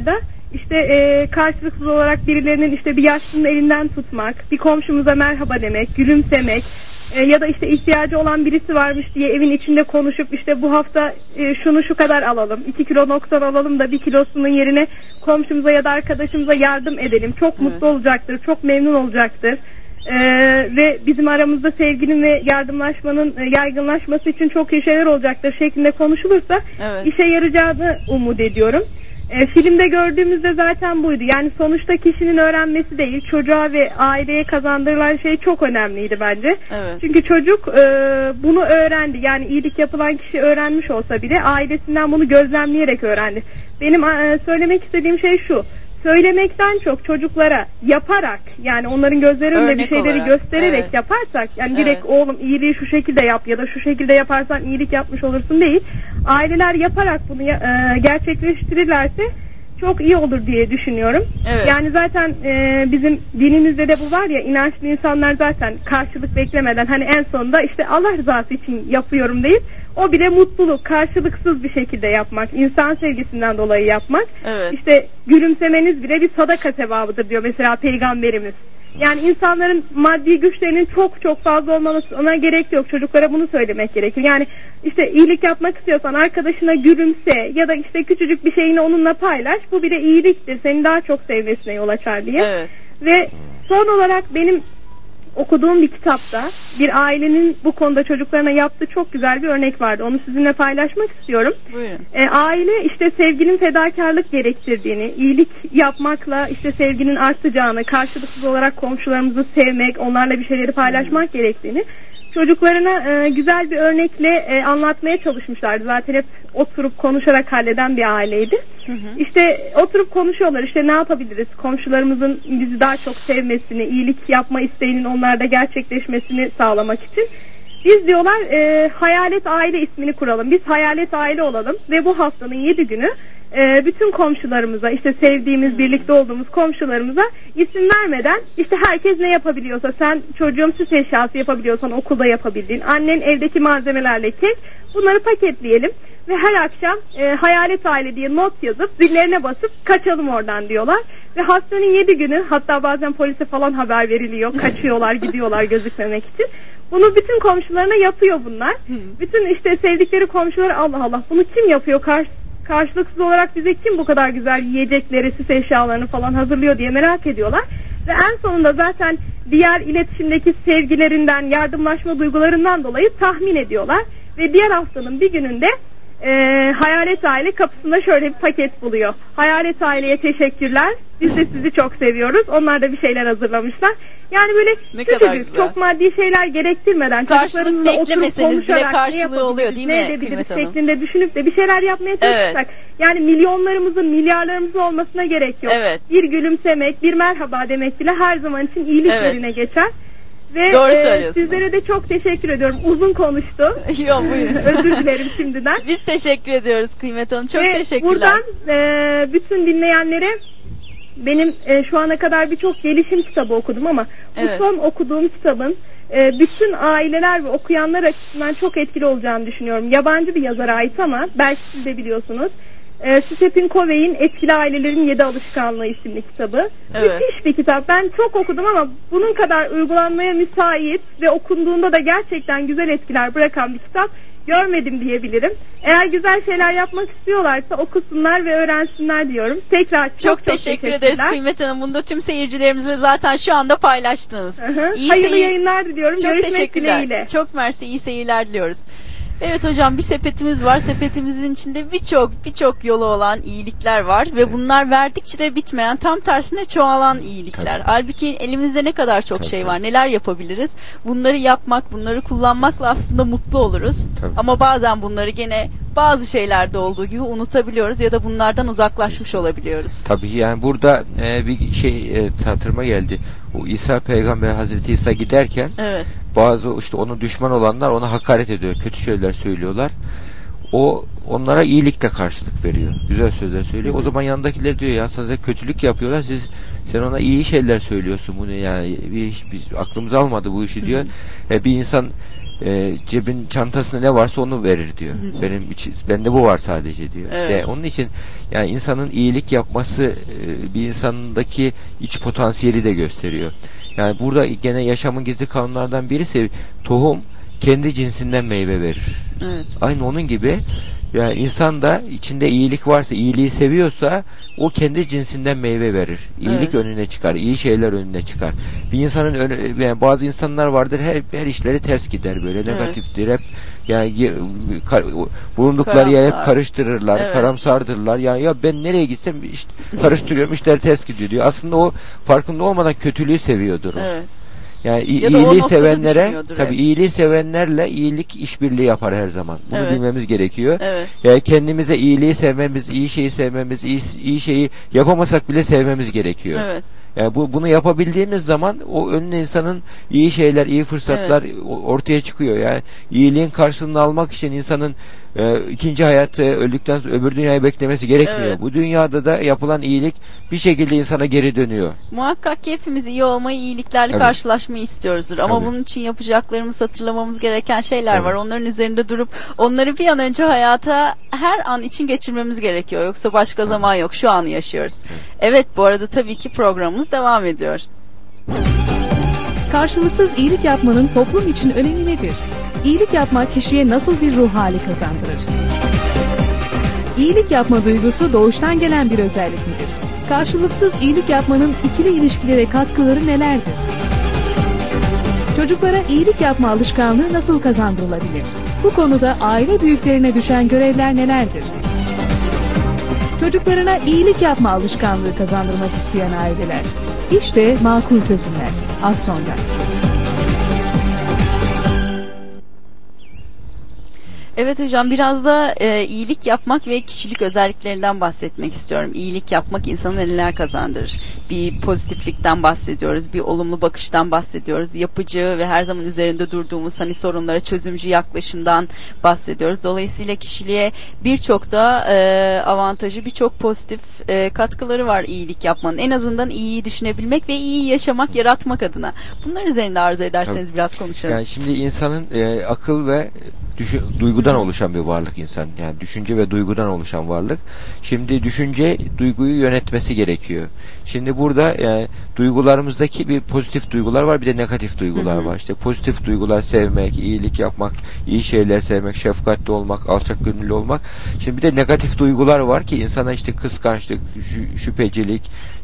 işte e, karşılıksız olarak birilerinin işte bir yaşlının elinden tutmak, bir komşumuza merhaba demek, gülümsemek e, ya da işte ihtiyacı olan birisi varmış diye evin içinde konuşup işte bu hafta e, şunu şu kadar alalım, iki kilo noksan alalım da bir kilosunun yerine komşumuza ya da arkadaşımıza yardım edelim. Çok evet. mutlu olacaktır, çok memnun olacaktır. Ee, ve bizim aramızda sevginin ve yardımlaşmanın e, yaygınlaşması için çok iyi şeyler olacaktır şeklinde konuşulursa evet. işe yarayacağını umut ediyorum. E, filmde gördüğümüzde zaten buydu. Yani sonuçta kişinin öğrenmesi değil, çocuğa ve aileye kazandırılan şey çok önemliydi bence. Evet. Çünkü çocuk e, bunu öğrendi. Yani iyilik yapılan kişi öğrenmiş olsa bile ailesinden bunu gözlemleyerek öğrendi. Benim e, söylemek istediğim şey şu. Söylemekten çok çocuklara yaparak, yani onların gözleri önünde bir şeyleri olarak göstererek evet. yaparsak, yani evet. direkt oğlum iyiliği şu şekilde yap ya da şu şekilde yaparsan iyilik yapmış olursun değil, aileler yaparak bunu e, gerçekleştirirlerse çok iyi olur diye düşünüyorum. Evet. Yani zaten e, bizim dinimizde de bu var ya, inançlı insanlar zaten karşılık beklemeden hani en sonunda işte Allah rızası için yapıyorum deyip o bile mutluluk, karşılıksız bir şekilde yapmak, insan sevgisinden dolayı yapmak. Evet. İşte gülümsemeniz bile bir sadaka sevabıdır diyor mesela Peygamberimiz. Yani insanların maddi güçlerinin çok çok fazla olmasına gerek yok. Çocuklara bunu söylemek gerekiyor. Yani işte iyilik yapmak istiyorsan arkadaşına gülümse ya da işte küçücük bir şeyini onunla paylaş. Bu bile iyiliktir. Seni daha çok sevmesine yol açar diye. Evet. Ve son olarak benim okuduğum bir kitapta bir ailenin bu konuda çocuklarına yaptığı çok güzel bir örnek vardı. Onu sizinle paylaşmak istiyorum. Buyurun. E, aile işte sevginin fedakarlık gerektirdiğini, iyilik yapmakla işte sevginin artacağını, karşılıksız olarak komşularımızı sevmek, onlarla bir şeyleri paylaşmak hmm. gerektiğini çocuklarına e, güzel bir örnekle e, anlatmaya çalışmışlardı. Zaten hep oturup konuşarak halleden bir aileydi. Hı hı. İşte oturup konuşuyorlar. İşte ne yapabiliriz? Komşularımızın bizi daha çok sevmesini, iyilik yapma isteğinin onlarda gerçekleşmesini sağlamak için. Biz diyorlar e, hayalet aile ismini kuralım. Biz hayalet aile olalım ve bu haftanın yedi günü e, bütün komşularımıza, işte sevdiğimiz, birlikte olduğumuz komşularımıza isim vermeden işte herkes ne yapabiliyorsa, sen çocuğum süs eşyası yapabiliyorsan okulda yapabildiğin, annen evdeki malzemelerle kek, bunları paketleyelim ve her akşam e, hayalet aile diye not yazıp zillerine basıp kaçalım oradan diyorlar. Ve haftanın yedi günü, hatta bazen polise falan haber veriliyor, kaçıyorlar, gidiyorlar gözükmemek için. Bunu bütün komşularına yapıyor bunlar. Hı. Bütün işte sevdikleri komşuları, Allah Allah bunu kim yapıyor? Karşı, karşılıksız olarak bize kim bu kadar güzel yiyecekleri, süs eşyalarını falan hazırlıyor diye merak ediyorlar. Ve en sonunda zaten diğer iletişimdeki sevgilerinden, yardımlaşma duygularından dolayı tahmin ediyorlar. Ve diğer haftanın bir gününde e, hayalet aile kapısında şöyle bir paket buluyor. Hayalet aileye teşekkürler. Biz de sizi çok seviyoruz. Onlar da bir şeyler hazırlamışlar. Yani böyle ne küçücük, çok maddi şeyler gerektirmeden karşılık beklemeseniz bile karşılığı oluyor değil mi Kıymet Hanım? Şeklinde düşünüp de bir şeyler yapmaya çalışsak. Evet. Yani milyonlarımızın, milyarlarımızın olmasına gerek yok. Evet. Bir gülümsemek, bir merhaba demek bile her zaman için iyilik evet. yerine geçer. Ve Doğru e, sizlere de çok teşekkür ediyorum. Uzun konuştum. Yok buyurun. Özür dilerim şimdiden. Biz teşekkür ediyoruz Kıymet Hanım. Çok Ve teşekkürler. Buradan e, bütün dinleyenlere, benim e, şu ana kadar birçok gelişim kitabı okudum ama evet. bu son okuduğum kitabın e, bütün aileler ve okuyanlar açısından çok etkili olacağını düşünüyorum. Yabancı bir yazara ait ama belki siz de biliyorsunuz. E, Stephen Covey'in Etkili Ailelerin Yedi Alışkanlığı isimli kitabı. Evet. Müthiş bir kitap. Ben çok okudum ama bunun kadar uygulanmaya müsait ve okunduğunda da gerçekten güzel etkiler bırakan bir kitap görmedim diyebilirim. Eğer güzel şeyler yapmak istiyorlarsa okusunlar ve öğrensinler diyorum. Tekrar çok çok, çok teşekkür ederiz Kıymet Hanım. Bunu da tüm seyircilerimizle zaten şu anda paylaştınız. Hı hı. İyi Hayırlı seyir... yayınlar diliyorum. Çok Görüşmek teşekkürler. dileğiyle. Çok mersi, iyi seyirler diliyoruz. Evet hocam, bir sepetimiz var. Sepetimizin içinde birçok birçok yolu olan iyilikler var ve bunlar verdikçe de bitmeyen, tam tersine çoğalan iyilikler. Tabii. Halbuki elimizde ne kadar çok Tabii. şey var. Neler yapabiliriz? Bunları yapmak, bunları kullanmakla aslında mutlu oluruz. Tabii. Ama bazen bunları gene bazı şeylerde olduğu gibi unutabiliyoruz ya da bunlardan uzaklaşmış olabiliyoruz. Tabii yani burada e, bir şey e, hatırıma geldi. O İsa Peygamber, Hazreti İsa giderken evet. bazı işte ona düşman olanlar ona hakaret ediyor. Kötü şeyler söylüyorlar. O onlara iyilikle karşılık veriyor. Güzel sözler söylüyor. O zaman yanındakiler diyor ya size kötülük yapıyorlar. Siz sen ona iyi şeyler söylüyorsun. Bu ne yani? Bir, bir aklımız almadı bu işi diyor. E, bir insan e, cebin çantasında ne varsa onu verir diyor. Hı. Benim için bende bu var sadece diyor. Evet. İşte onun için yani insanın iyilik yapması e, bir insandaki iç potansiyeli de gösteriyor. Yani burada gene yaşamın gizli kanunlardan birisi tohum kendi cinsinden meyve verir. Evet. Aynı onun gibi yani insan da içinde iyilik varsa, iyiliği seviyorsa o kendi cinsinden meyve verir. İyilik evet. önüne çıkar, iyi şeyler önüne çıkar. Bir insanın önü, yani bazı insanlar vardır her her işleri ters gider böyle, evet. negatiftir hep. Yani kar, bulundukları yer hep karıştırırlar, evet. karamsardırlar. Yani ya ben nereye gitsem işte karıştırıyorum, işler ters gidiyor diyor. Aslında o farkında olmadan kötülüğü seviyordur o. Evet. Yani iyiliği sevenlere, tabii iyiliği sevenlerle iyilik işbirliği yapar her zaman. Bunu evet. bilmemiz gerekiyor. Evet. Yani kendimize iyiliği sevmemiz, iyi şeyi sevmemiz, iyi, iyi şeyi yapamasak bile sevmemiz gerekiyor. Evet. Yani bu bunu yapabildiğimiz zaman o önüne insanın iyi şeyler, iyi fırsatlar evet. ortaya çıkıyor. Yani iyiliğin karşılığını almak için insanın e, ikinci hayatı öldükten sonra öbür dünyayı beklemesi gerekmiyor. Evet. Bu dünyada da yapılan iyilik bir şekilde insana geri dönüyor. Muhakkak ki hepimiz iyi olmayı, iyiliklerle Tabii. karşılaşmayı istiyoruzdur. Ama Tabii. bunun için yapacaklarımız, hatırlamamız gereken şeyler evet. var. Onların üzerinde durup onları bir an önce hayata her an için geçirmemiz gerekiyor. Yoksa başka evet. zaman yok. Şu anı yaşıyoruz. Evet, evet bu arada tabii ki programımız devam ediyor. Karşılıksız iyilik yapmanın toplum için önemi nedir? İyilik yapmak kişiye nasıl bir ruh hali kazandırır? İyilik yapma duygusu doğuştan gelen bir özellik midir? Karşılıksız iyilik yapmanın ikili ilişkilere katkıları nelerdir? Çocuklara iyilik yapma alışkanlığı nasıl kazandırılabilir? Bu konuda aile büyüklerine düşen görevler nelerdir? Çocuklarına iyilik yapma alışkanlığı kazandırmak isteyen aileler. İşte makul çözümler. Az sonra. Evet hocam, biraz da e, iyilik yapmak ve kişilik özelliklerinden bahsetmek istiyorum. İyilik yapmak insana neler kazandırır? Bir pozitiflikten bahsediyoruz, bir olumlu bakıştan bahsediyoruz, yapıcı ve her zaman üzerinde durduğumuz hani sorunlara çözümcü yaklaşımdan bahsediyoruz. Dolayısıyla kişiliğe birçok da e, avantajı, birçok pozitif e, katkıları var iyilik yapmanın. En azından iyiyi düşünebilmek ve iyi yaşamak, yaratmak adına. Bunlar üzerinde arzu ederseniz Tabii. biraz konuşalım. Yani şimdi insanın e, akıl ve düşün, duygudan oluşan bir varlık insan. Yani düşünce ve duygudan oluşan varlık. Şimdi düşünce duyguyu yönetmesi gerekiyor. Şimdi burada yani duygularımızdaki bir pozitif duygular var, bir de negatif duygular hı hı. var. İşte pozitif duygular sevmek, iyilik yapmak, iyi şeyler sevmek, şefkatli olmak, alçak gönüllü olmak. Şimdi bir de negatif duygular var ki insana işte kıskançlık, şüphecilik,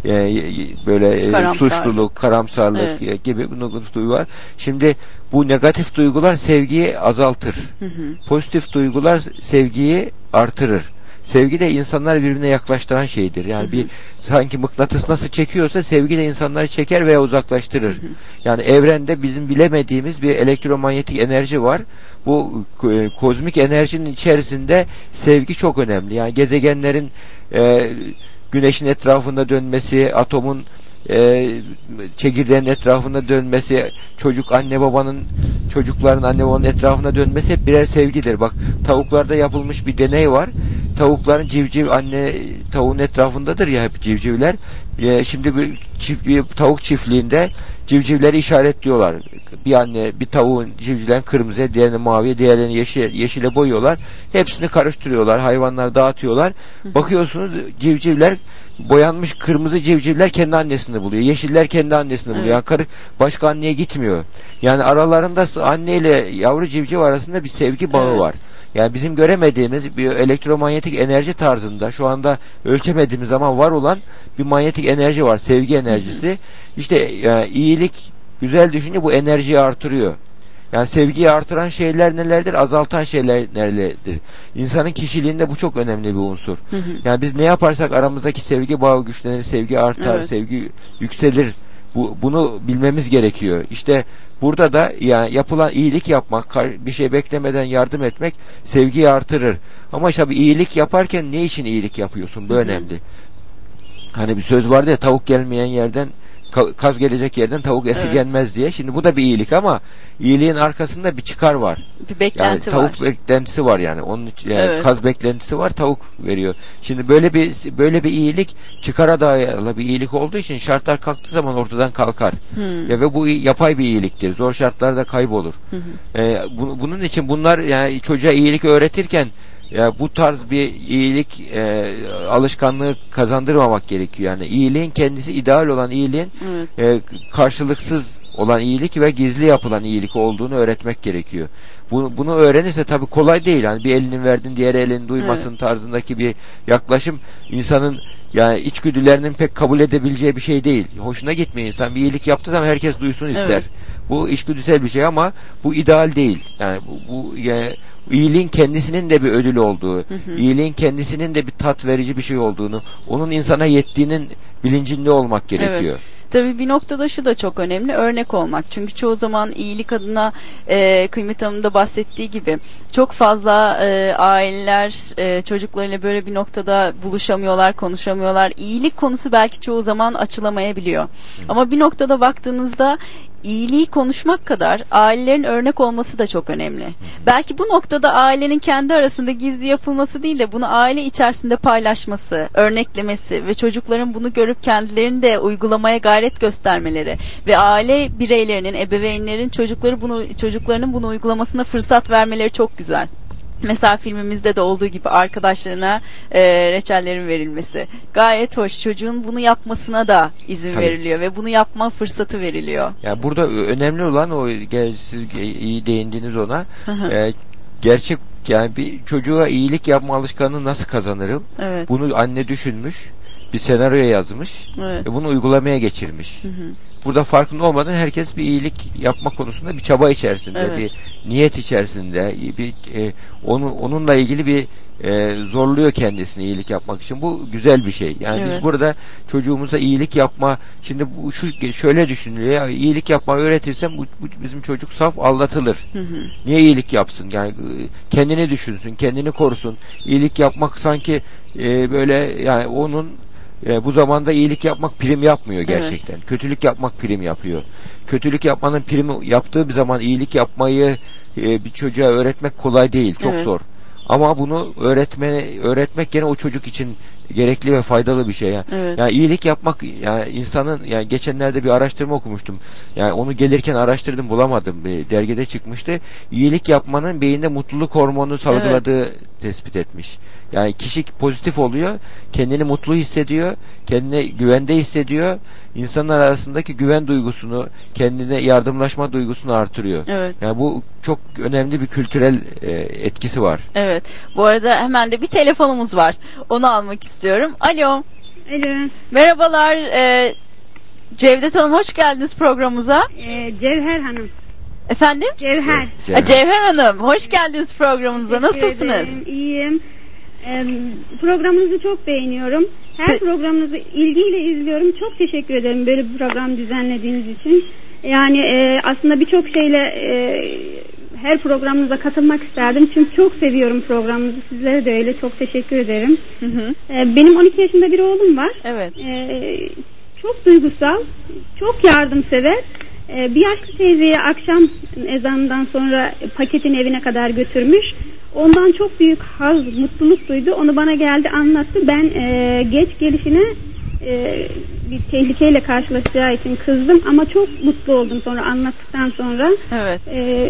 böyle Karamsar. suçluluk, karamsarlık evet. gibi duygu var. Şimdi bu negatif duygular sevgiyi azaltır. Hı hı. Pozitif duygular sevgiyi artırır. Sevgi de insanlar birbirine yaklaştıran şeydir. Yani hı hı. bir sanki mıknatıs nasıl çekiyorsa sevgi de insanları çeker veya uzaklaştırır. Hı hı. Yani evrende bizim bilemediğimiz bir elektromanyetik enerji var. Bu e, kozmik enerjinin içerisinde sevgi çok önemli. Yani gezegenlerin e, güneşin etrafında dönmesi, atomun e, çekirdeğin etrafında dönmesi, çocuk anne babanın çocukların anne babanın etrafında dönmesi hep birer sevgidir. Bak tavuklarda yapılmış bir deney var. Tavukların civciv anne tavuğun etrafındadır ya hep civcivler. E, şimdi bir, çift, bir tavuk çiftliğinde civcivleri işaretliyorlar. Bir anne bir tavuğun civcivlerini kırmızıya, diğerini maviye, diğerlerini yeşil, yeşile boyuyorlar. Hepsini karıştırıyorlar. Hayvanlar dağıtıyorlar. Bakıyorsunuz civcivler boyanmış kırmızı civcivler kendi annesini buluyor. Yeşiller kendi annesini buluyor. Evet. Yani karı başka anneye gitmiyor. Yani aralarında anne ile yavru civciv arasında bir sevgi bağı evet. var. Yani bizim göremediğimiz bir elektromanyetik enerji tarzında şu anda ölçemediğimiz ama var olan bir manyetik enerji var. Sevgi enerjisi. Hı hı. İşte yani iyilik, güzel düşünce bu enerjiyi artırıyor. Yani sevgiyi artıran şeyler nelerdir? Azaltan şeyler nelerdir? İnsanın kişiliğinde bu çok önemli bir unsur. Hı hı. Yani biz ne yaparsak aramızdaki sevgi bağı güçlenir, sevgi artar, evet. sevgi yükselir. Bu, bunu bilmemiz gerekiyor. İşte burada da yani yapılan iyilik yapmak, bir şey beklemeden yardım etmek sevgiyi artırır. Ama tabii iyilik yaparken ne için iyilik yapıyorsun? Bu hı hı. önemli. Hani bir söz vardı ya, tavuk gelmeyen yerden kaz gelecek yerden tavuk esirgenmez evet. diye. Şimdi bu da bir iyilik ama iyiliğin arkasında bir çıkar var. Bir beklenti yani, tavuk var. beklentisi var yani. Onun için yani evet. kaz beklentisi var, tavuk veriyor. Şimdi böyle bir böyle bir iyilik çıkara dayalı bir iyilik olduğu için şartlar kalktığı zaman ortadan kalkar. Hmm. Ya ve bu yapay bir iyiliktir. Zor şartlarda kaybolur. Hmm. Ee, bu, bunun için bunlar yani çocuğa iyilik öğretirken ya bu tarz bir iyilik e, alışkanlığı kazandırmamak gerekiyor. Yani iyiliğin kendisi ideal olan iyiliğin evet. e, karşılıksız olan iyilik ve gizli yapılan iyilik olduğunu öğretmek gerekiyor. Bunu, bunu öğrenirse tabii kolay değil. Yani bir elinin verdin diğer elin duymasın evet. tarzındaki bir yaklaşım insanın yani içgüdülerinin pek kabul edebileceği bir şey değil. Hoşuna gitmiyor insan. Bir iyilik yaptığı zaman herkes duysun ister. Evet. Bu içgüdüsel bir şey ama bu ideal değil. Yani bu, bu yani iyiliğin kendisinin de bir ödül olduğu, hı hı. iyiliğin kendisinin de bir tat verici bir şey olduğunu, onun insana yettiğinin bilincinde olmak gerekiyor. Evet. Tabii bir noktada şu da çok önemli, örnek olmak. Çünkü çoğu zaman iyilik adına e, Kıymet Hanım'ın da bahsettiği gibi çok fazla e, aileler e, çocuklarıyla böyle bir noktada buluşamıyorlar, konuşamıyorlar. İyilik konusu belki çoğu zaman açılamayabiliyor. Hı. Ama bir noktada baktığınızda iyiliği konuşmak kadar ailelerin örnek olması da çok önemli. Belki bu noktada ailenin kendi arasında gizli yapılması değil de bunu aile içerisinde paylaşması, örneklemesi ve çocukların bunu görüp kendilerini de uygulamaya gayret göstermeleri ve aile bireylerinin, ebeveynlerin çocukları bunu çocuklarının bunu uygulamasına fırsat vermeleri çok güzel. Mesela filmimizde de olduğu gibi arkadaşlarına e, reçellerin verilmesi. Gayet hoş. Çocuğun bunu yapmasına da izin Tabii. veriliyor ve bunu yapma fırsatı veriliyor. Yani burada önemli olan o, siz iyi değindiniz ona. e, gerçek yani bir çocuğa iyilik yapma alışkanlığı nasıl kazanırım? Evet. Bunu anne düşünmüş. Bir senaryo yazmış. Evet. Ve bunu uygulamaya geçirmiş. Hı hı. Burada farkında olmadan herkes bir iyilik yapma konusunda bir çaba içerisinde, evet. bir niyet içerisinde, bir e, onu onunla ilgili bir e, zorluyor kendisini iyilik yapmak için. Bu güzel bir şey. Yani evet. biz burada çocuğumuza iyilik yapma, şimdi bu şu şöyle düşünülüyor. Ya, iyilik yapmayı öğretirsem bu, bu bizim çocuk saf aldatılır. Hı hı. Niye iyilik yapsın? Yani kendini düşünsün, kendini korusun. İyilik yapmak sanki e, böyle yani onun E, bu zamanda iyilik yapmak prim yapmıyor gerçekten. Evet. Kötülük yapmak prim yapıyor. Kötülük yapmanın primi yaptığı bir zaman iyilik yapmayı e, bir çocuğa öğretmek kolay değil. Çok evet. zor. Ama bunu öğretme öğretmek gene o çocuk için gerekli ve faydalı bir şey. Yani, evet. yani iyilik yapmak yani insanın yani geçenlerde bir araştırma okumuştum. Yani onu gelirken araştırdım bulamadım. Bir dergide çıkmıştı. İyilik yapmanın beyinde mutluluk hormonu salgıladığı evet. tespit etmiş. Yani kişi pozitif oluyor, kendini mutlu hissediyor, kendini güvende hissediyor. İnsanlar arasındaki güven duygusunu, kendine yardımlaşma duygusunu artırıyor. Evet. Yani bu çok önemli bir kültürel e, etkisi var. Evet. Bu arada hemen de bir telefonumuz var. Onu almak istiyorum. Alo. Alo. Merhabalar. E, Cevdet Hanım hoş geldiniz programımıza. E, Cevher Hanım. Efendim? Cevher. Cevher, Cevher Hanım hoş geldiniz programımıza. Nasılsınız? İyiyim. E, programınızı çok beğeniyorum. Her Pe- programınızı ilgiyle izliyorum. Çok teşekkür ederim böyle bir program düzenlediğiniz için. Yani e, aslında birçok şeyle e, her programınıza katılmak isterdim. Çünkü çok seviyorum programınızı. Sizlere de öyle. Çok teşekkür ederim. Hı hı. E, benim on iki yaşında bir oğlum var. Evet. E, çok duygusal, çok yardımsever. E, bir yaşlı teyzeyi akşam ezanından sonra paketin evine kadar götürmüş. Ondan çok büyük haz, mutluluk duydu. Onu bana geldi anlattı. Ben e, geç gelişine e, bir tehlikeyle karşılaşacağı için kızdım. Ama çok mutlu oldum sonra anlattıktan sonra. Evet. E,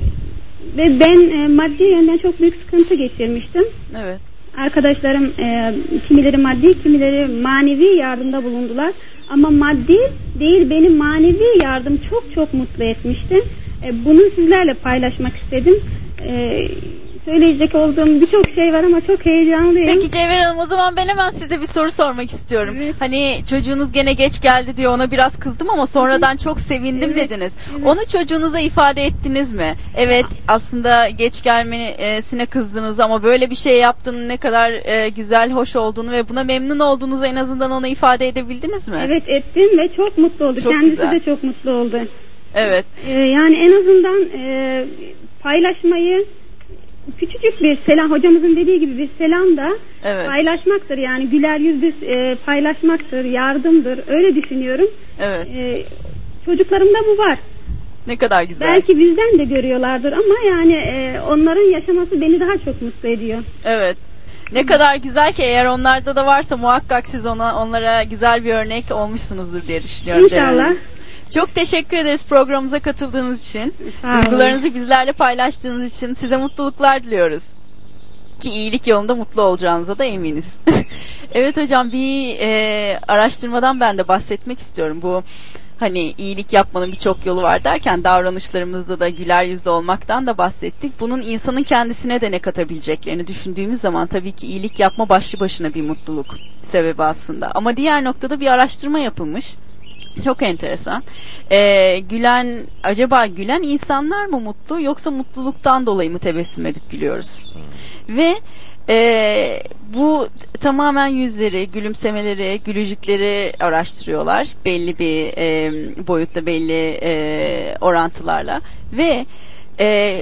ve ben e, maddi yönden çok büyük sıkıntı geçirmiştim. Evet. Arkadaşlarım e, kimileri maddi, kimileri manevi yardımda bulundular. Ama maddi değil benim manevi yardım çok çok mutlu etmişti. E, bunu sizlerle paylaşmak istedim. E, Söyleyecek olduğum birçok şey var ama çok heyecanlıyım. Peki Cevher Hanım o zaman ben hemen size bir soru sormak istiyorum. Evet. Hani çocuğunuz gene geç geldi diyor ona biraz kızdım ama sonradan evet. çok sevindim evet. dediniz. Evet. Onu çocuğunuza ifade ettiniz mi? Evet aslında geç gelmesine kızdınız ama böyle bir şey yaptığının ne kadar e, güzel, hoş olduğunu ve buna memnun olduğunuzu en azından ona ifade edebildiniz mi? Evet ettim ve çok mutlu oldu. Çok Kendisi güzel. de çok mutlu oldu. Evet. Ee, yani en azından e, paylaşmayı küçücük bir selam, hocamızın dediği gibi bir selam da evet. paylaşmaktır. Yani güler yüz bir e, paylaşmaktır, yardımdır. Öyle düşünüyorum. Evet. E, çocuklarımda bu var. Ne kadar güzel. Belki bizden de görüyorlardır ama yani e, onların yaşaması beni daha çok mutlu ediyor. Evet. Ne kadar güzel ki eğer onlarda da varsa muhakkak siz ona onlara güzel bir örnek olmuşsunuzdur diye düşünüyorum. İnşallah. Çok teşekkür ederiz programımıza katıldığınız için. Sağ Duygularınızı bizlerle paylaştığınız için size mutluluklar diliyoruz. Ki iyilik yolunda mutlu olacağınıza da eminiz. Evet hocam, bir e, araştırmadan ben de bahsetmek istiyorum. Bu hani iyilik yapmanın birçok yolu var derken davranışlarımızda da güler yüzlü olmaktan da bahsettik. Bunun insanın kendisine de ne katabileceklerini düşündüğümüz zaman tabii ki iyilik yapma başlı başına bir mutluluk sebebi aslında. Ama diğer noktada bir araştırma yapılmış. Çok enteresan. Ee, gülen, acaba gülen insanlar mı mutlu yoksa mutluluktan dolayı mı tebessüm edip gülüyoruz? Ve e, bu tamamen yüzleri, gülümsemeleri, gülücükleri araştırıyorlar. Belli bir e, boyutta, belli e, orantılarla. Ve e,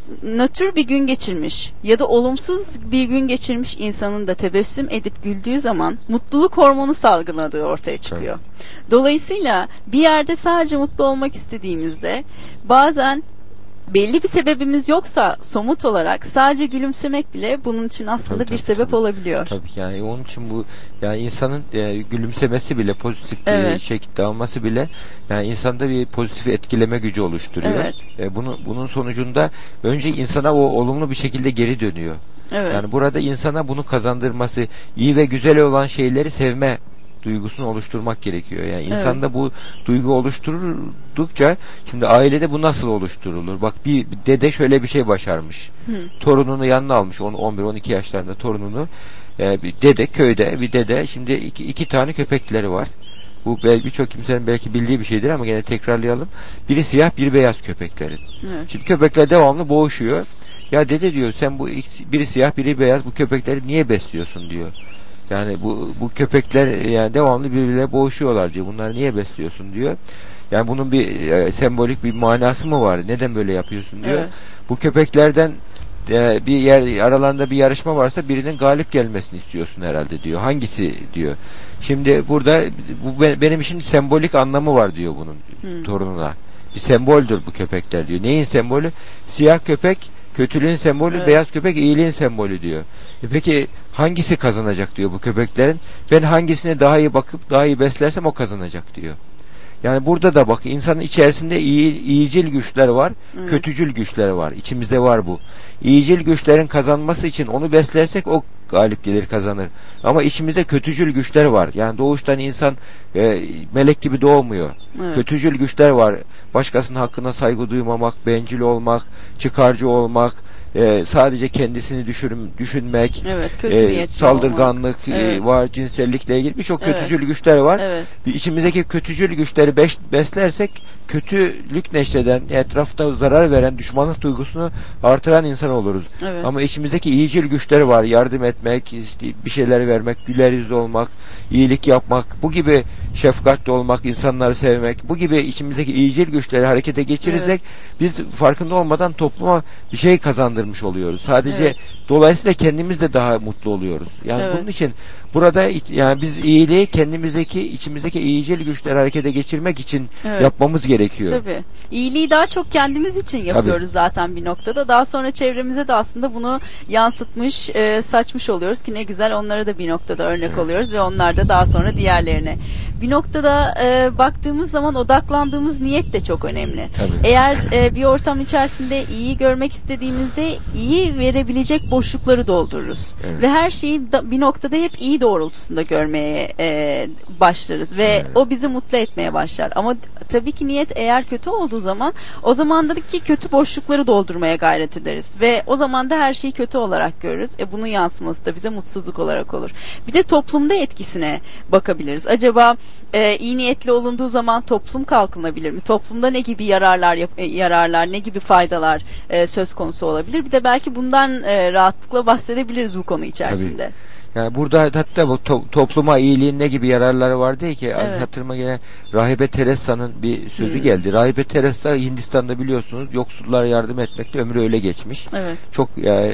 nötr bir gün geçirmiş ya da olumsuz bir gün geçirmiş insanın da tebessüm edip güldüğü zaman mutluluk hormonu salgıladığı ortaya çıkıyor. Dolayısıyla bir yerde sadece mutlu olmak istediğimizde bazen belli bir sebebimiz yoksa somut olarak sadece gülümsemek bile bunun için aslında tabii, bir tabii, sebep tabii. olabiliyor. Tabii yani onun için bu yani insanın e, gülümsemesi bile, pozitif evet. bir şekilde alması bile yani insanda bir pozitif etkileme gücü oluşturuyor. Evet. E, bunu bunun sonucunda önce insana o olumlu bir şekilde geri dönüyor. Evet. Yani burada insana bunu kazandırması, iyi ve güzel olan şeyleri sevme duygusunu oluşturmak gerekiyor. Yani evet. insanda bu duygu oluşturdukça, şimdi ailede bu nasıl oluşturulur? Bak bir dede şöyle bir şey başarmış. Hı. Torununu yanına almış, on bir on iki yaşlarında torununu. E, bir dede köyde, bir dede şimdi iki, iki tane köpekleri var. Bu birçok kimsenin belki bildiği bir şeydir ama gene tekrarlayalım. Biri siyah, biri beyaz köpeklerin. Evet. Şimdi köpekler devamlı boğuşuyor. Ya dede diyor, sen bu biri siyah, biri beyaz bu köpekleri niye besliyorsun diyor. Yani bu bu köpekler yani devamlı birbirleriyle boğuşuyorlar diyor. Bunları niye besliyorsun diyor. Yani bunun bir e, sembolik bir manası mı var? Neden böyle yapıyorsun diyor. Evet. Bu köpeklerden e, bir yer aralarında bir yarışma varsa birinin galip gelmesini istiyorsun herhalde diyor. Hangisi diyor. Şimdi burada bu benim için sembolik anlamı var diyor bunun hmm. torununa. Bir semboldür bu köpekler diyor. Neyin sembolü? Siyah köpek kötülüğün sembolü, evet. beyaz köpek iyiliğin sembolü diyor. E peki hangisi kazanacak diyor bu köpeklerin? Ben hangisine daha iyi bakıp daha iyi beslersem o kazanacak diyor. Yani burada da bak, insanın içerisinde iyi, iyicil güçler var, evet. kötücül güçler var. İçimizde var bu. İyicil güçlerin kazanması için onu beslersek o galip gelir, kazanır. Ama içimizde kötücül güçler var. Yani doğuştan insan e, melek gibi doğmuyor. Evet. Kötücül güçler var. Başkasının hakkına saygı duymamak, bencil olmak, çıkarcı olmak, e, sadece kendisini düşün, düşünmek, evet, e, saldırganlık evet. e, var, cinsellikle ilgili birçok evet. kötücül güçler var. Evet. İçimizdeki kötücül güçleri beş, beslersek kötülük neşreden, etrafta zarar veren, düşmanlık duygusunu artıran insan oluruz. Evet. Ama içimizdeki iyicil güçleri var. Yardım etmek, işte bir şeyler vermek, güler yüzlü olmak, iyilik yapmak, bu gibi şefkatli olmak, insanları sevmek, bu gibi içimizdeki iyicil güçleri harekete geçirirsek evet. biz farkında olmadan topluma bir şey kazandırmış oluyoruz. Sadece evet. dolayısıyla kendimiz de daha mutlu oluyoruz. Yani evet. bunun için burada yani biz iyiliği kendimizdeki, içimizdeki iyicil güçleri harekete geçirmek için evet. yapmamız gerekiyor. Tabii. İyiliği daha çok kendimiz için yapıyoruz Tabii. zaten bir noktada. Daha sonra çevremize de aslında bunu yansıtmış, e, saçmış oluyoruz ki ne güzel, onlara da bir noktada örnek evet. oluyoruz ve onlar da daha sonra diğerlerine. Bir noktada e, baktığımız zaman odaklandığımız niyet de çok önemli. Tabii. Eğer e, bir ortam içerisinde iyi görmek istediğimizde iyi verebilecek boşlukları doldururuz. Evet. Ve her şeyi da, bir noktada hep iyi doğrultusunda görmeye e, başlarız ve evet. o bizi mutlu etmeye başlar. Ama tabii ki niyet eğer kötü olduğu zaman o zamandaki kötü boşlukları doldurmaya gayret ederiz ve o zaman da her şeyi kötü olarak görürüz. E bunun yansıması da bize mutsuzluk olarak olur. Bir de toplumda etkisine bakabiliriz. Acaba e, iyi niyetli olunduğu zaman toplum kalkınabilir mi? Toplumda ne gibi yararlar yap- yararlar, ne gibi faydalar e, söz konusu olabilir? Bir de belki bundan e, rahatlıkla bahsedebiliriz bu konu içerisinde. Tabii. Yani burada hatta bu to- topluma iyiliğin ne gibi yararları var diye ki evet. hatırıma gelen Rahibe Teresa'nın bir sözü hmm. geldi. Rahibe Teresa Hindistan'da biliyorsunuz yoksullara yardım etmekle ömrü öyle geçmiş. Evet. Çok yani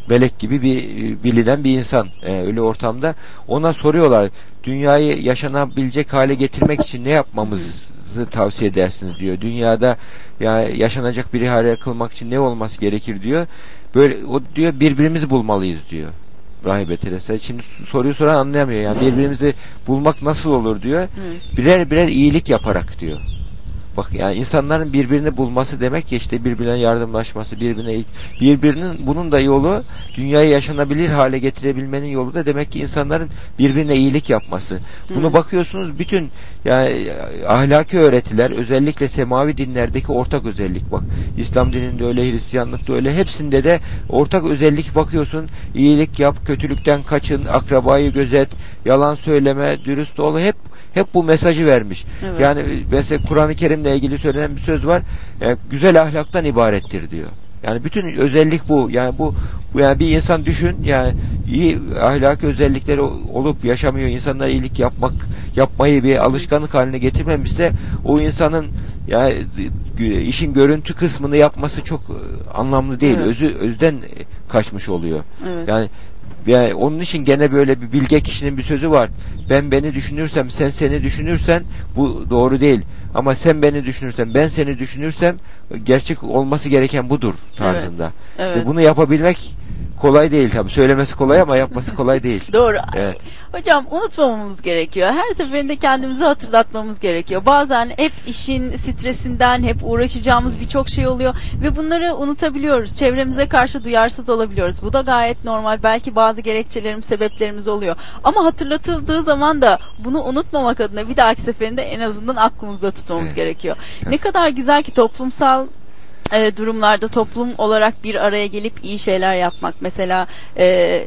melek gibi bir bilinen bir insan e, öyle ortamda. Ona soruyorlar, dünyayı yaşanabilecek hale getirmek için ne yapmamızı tavsiye edersiniz diyor. Dünyada ya yaşanacak bir hale kılmak için ne olması gerekir diyor. Böyle o diyor, birbirimizi bulmalıyız diyor. Rahibe Teresa. Şimdi soruyu soran anlayamıyor. Yani birbirimizi bulmak nasıl olur diyor. Hı. Birer birer iyilik yaparak diyor. Bak yani insanların birbirini bulması demek ya, işte birbirine yardımlaşması, birbirine birbirinin bunun da yolu, dünyayı yaşanabilir hale getirebilmenin yolu da demek ki insanların birbirine iyilik yapması. Bunu Hı. bakıyorsunuz bütün yani ahlaki öğretiler, özellikle semavi dinlerdeki ortak özellik, bak İslam dininde öyle, Hristiyanlıkta öyle, hepsinde de ortak özellik bakıyorsun. İyilik yap, kötülükten kaçın, akrabayı gözet, yalan söyleme, dürüst ol, hep hep bu mesajı vermiş. Evet. Yani mesela Kur'an-ı Kerim'le ilgili söylenen bir söz var. Yani güzel ahlaktan ibarettir diyor. Yani bütün özellik bu. Yani bu, bu yani bir insan düşün, yani iyi ahlaki özellikleri olup yaşamıyor, insanlara iyilik yapmak yapmayı bir alışkanlık haline getirmemişse, o insanın yani işin görüntü kısmını yapması çok anlamlı değil. Evet. Özü özden kaçmış oluyor. Evet. Yani Yani onun için gene böyle bir bilge kişinin bir sözü var. Ben beni düşünürsem, sen seni düşünürsen bu doğru değil. Ama sen beni düşünürsen, ben seni düşünürsem gerçek olması gereken budur tarzında. Evet. Evet. İşte bunu yapabilmek kolay değil tabii. Söylemesi kolay ama yapması kolay değil. Doğru. Evet. Hocam unutmamamız gerekiyor. Her seferinde kendimizi hatırlatmamız gerekiyor. Bazen hep işin stresinden hep uğraşacağımız birçok şey oluyor ve bunları unutabiliyoruz. Çevremize karşı duyarsız olabiliyoruz. Bu da gayet normal. Belki bazı gerekçelerimiz, sebeplerimiz oluyor. Ama hatırlatıldığı zaman da bunu unutmamak adına bir dahaki seferinde en azından aklımızda tutmamız evet. gerekiyor. Evet. Ne kadar güzel ki toplumsal E, durumlarda toplum olarak bir araya gelip iyi şeyler yapmak. Mesela e,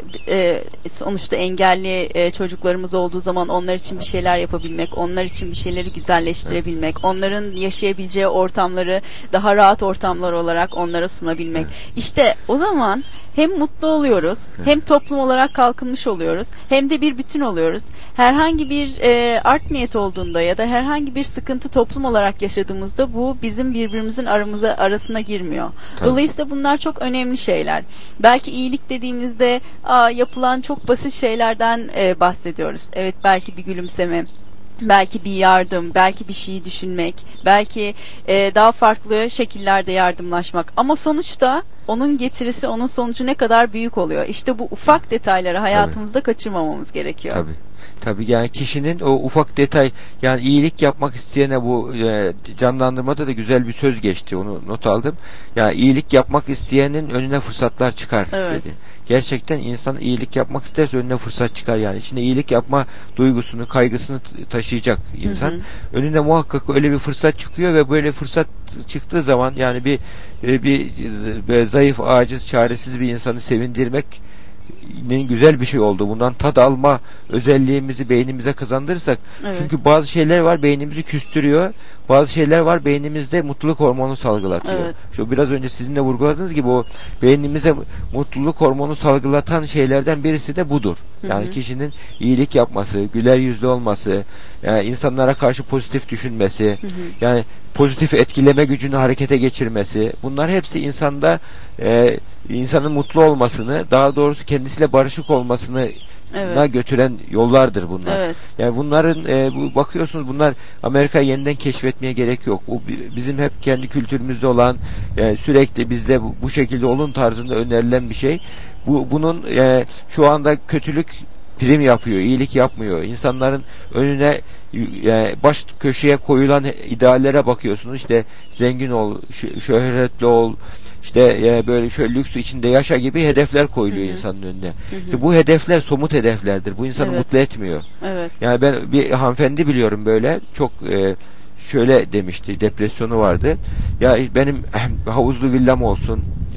e, sonuçta engelli e, çocuklarımız olduğu zaman onlar için bir şeyler yapabilmek, onlar için bir şeyleri güzelleştirebilmek, evet. onların yaşayabileceği ortamları daha rahat ortamlar olarak onlara sunabilmek. Evet. İşte o zaman hem mutlu oluyoruz, evet. hem toplum olarak kalkınmış oluyoruz, hem de bir bütün oluyoruz. Herhangi bir e, art niyet olduğunda ya da herhangi bir sıkıntı toplum olarak yaşadığımızda bu bizim birbirimizin aramıza arasına girmiyor. Tabii. Dolayısıyla bunlar çok önemli şeyler. Belki iyilik dediğimizde aa, yapılan çok basit şeylerden e, bahsediyoruz. Evet, belki bir gülümseme, belki bir yardım, belki bir şeyi düşünmek, belki e, daha farklı şekillerde yardımlaşmak. Ama sonuçta onun getirisi, onun sonucu ne kadar büyük oluyor. İşte bu ufak detayları hayatımızda Tabii. kaçırmamamız gerekiyor. Tabii. Tabii yani kişinin o ufak detay, yani iyilik yapmak isteyene bu e, canlandırmada da güzel bir söz geçti, onu not aldım. Yani iyilik yapmak isteyenin önüne fırsatlar çıkar evet. dedi. Gerçekten insan iyilik yapmak isterse önüne fırsat çıkar yani. İçinde iyilik yapma duygusunu, kaygısını taşıyacak insan. Hı hı. Önüne muhakkak öyle bir fırsat çıkıyor ve böyle fırsat çıktığı zaman yani bir bir, bir zayıf, aciz, çaresiz bir insanı sevindirmek güzel bir şey oldu. Bundan tad alma özelliğimizi beynimize kazandırırsak, evet. çünkü bazı şeyler var beynimizi küstürüyor. Bazı şeyler var beynimizde mutluluk hormonu salgılatıyor. Evet. Şu biraz önce sizin de vurguladığınız gibi o beynimize mutluluk hormonu salgılatan şeylerden birisi de budur. Yani hı hı. kişinin iyilik yapması, güler yüzlü olması, yani insanlara karşı pozitif düşünmesi, hı hı. yani pozitif etkileme gücünü harekete geçirmesi, bunlar hepsi insanda e, insanın mutlu olmasını, daha doğrusu kendisiyle barışık olmasını Evet. götüren yollardır bunlar. Evet. Yani bunların e, bu, bakıyorsunuz bunlar Amerika'yı yeniden keşfetmeye gerek yok. Bu bizim hep kendi kültürümüzde olan, yani sürekli bizde bu, bu şekilde olun tarzında önerilen bir şey. Bu bunun e, şu anda kötülük prim yapıyor, iyilik yapmıyor. İnsanların önüne yani baş köşeye koyulan ideallere bakıyorsunuz. İşte zengin ol, şöhretli ol, İşte yani böyle şöyle lüks içinde yaşa gibi hedefler koyuluyor Hı-hı. insanın önüne. Hı-hı. İşte bu hedefler somut hedeflerdir. Bu insanı evet. mutlu etmiyor. Evet. Yani ben bir hanımefendi biliyorum böyle çok e, şöyle demişti, depresyonu vardı. Ya benim havuzlu villam olsun,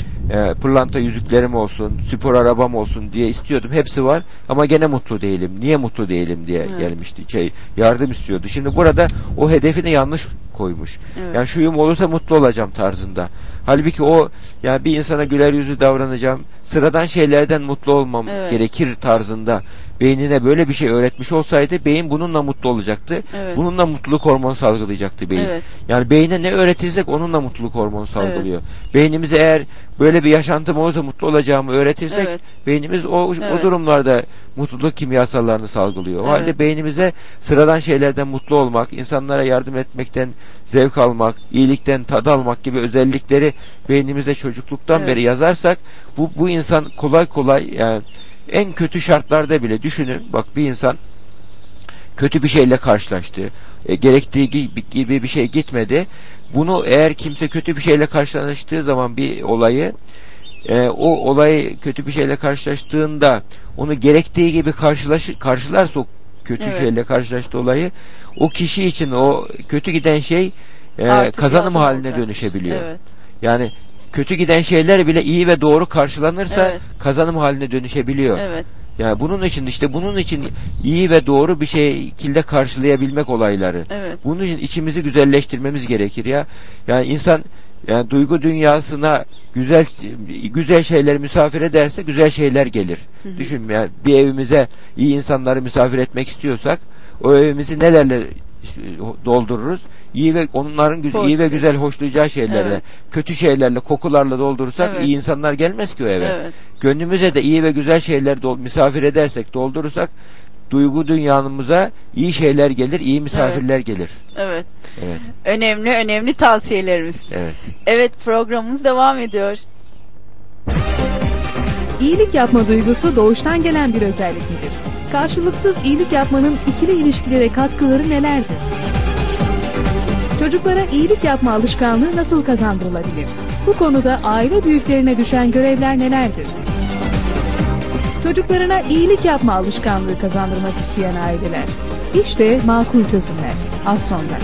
e, pırlanta yüzüklerim olsun, spor arabam olsun diye istiyordum. Hepsi var ama gene mutlu değilim. Niye mutlu değilim diye evet. gelmişti. Şey, yardım istiyordu. Şimdi burada o hedefini yanlış koymuş. Evet. Yani şuyum olursa mutlu olacağım tarzında. Halbuki o yani bir insana güler yüzlü davranacağım, sıradan şeylerden mutlu olmam evet. gerekir tarzında beynine böyle bir şey öğretmiş olsaydı beyin bununla mutlu olacaktı. Evet. Bununla mutluluk hormonu salgılayacaktı beyin. Evet. Yani beyine ne öğretirsek onunla mutluluk hormonu salgılıyor. Evet. Beynimize eğer böyle bir yaşantım olursa mutlu olacağımı öğretirsek evet. beynimiz o, evet. o durumlarda mutluluk kimyasallarını salgılıyor. O evet. halde beynimize sıradan şeylerden mutlu olmak, insanlara yardım etmekten zevk almak, iyilikten tad almak gibi özellikleri beynimize çocukluktan evet. beri yazarsak bu bu insan kolay kolay yani en kötü şartlarda bile düşünün. Bak bir insan kötü bir şeyle karşılaştı. E, gerektiği gibi bir şey gitmedi. Bunu eğer kimse kötü bir şeyle karşılaştığı zaman bir olayı e, o olayı kötü bir şeyle karşılaştığında onu gerektiği gibi karşılaş, karşılarsa o kötü evet. şeyle karşılaştığı olayı o kişi için o kötü giden şey e, kazanım haline olacak. Dönüşebiliyor. Evet. Yani kötü giden şeyler bile iyi ve doğru karşılanırsa evet. kazanım haline dönüşebiliyor. Evet. Yani bunun için işte bunun için iyi ve doğru bir şekilde karşılayabilmek olayları. Evet. Bunun için içimizi güzelleştirmemiz gerekir ya. Yani insan yani duygu dünyasına güzel güzel şeyleri misafir ederse güzel şeyler gelir. Hı hı. Düşün yani bir evimize iyi insanları misafir etmek istiyorsak o evimizi nelerle doldururuz? İyi ve onların güzel, iyi ve güzel hoşlayacağı şeylerle, evet. kötü şeylerle, kokularla doldurursak evet. iyi insanlar gelmez ki o eve. Evet. Gönlümüze de iyi ve güzel şeyler dol- misafir edersek, doldurursak duygu dünyamıza iyi şeyler gelir, iyi misafirler evet. gelir. Evet. Evet. Önemli önemli tavsiyelerimiz. Evet. Evet, programımız devam ediyor. İyilik yapma duygusu doğuştan gelen bir özellik midir? Karşılıksız iyilik yapmanın ikili ilişkilere katkıları nelerdir? Çocuklara iyilik yapma alışkanlığı nasıl kazandırılabilir? Bu konuda aile büyüklerine düşen görevler nelerdir? Çocuklarına iyilik yapma alışkanlığı kazandırmak isteyen aileler. İşte makul çözümler. Az sonra.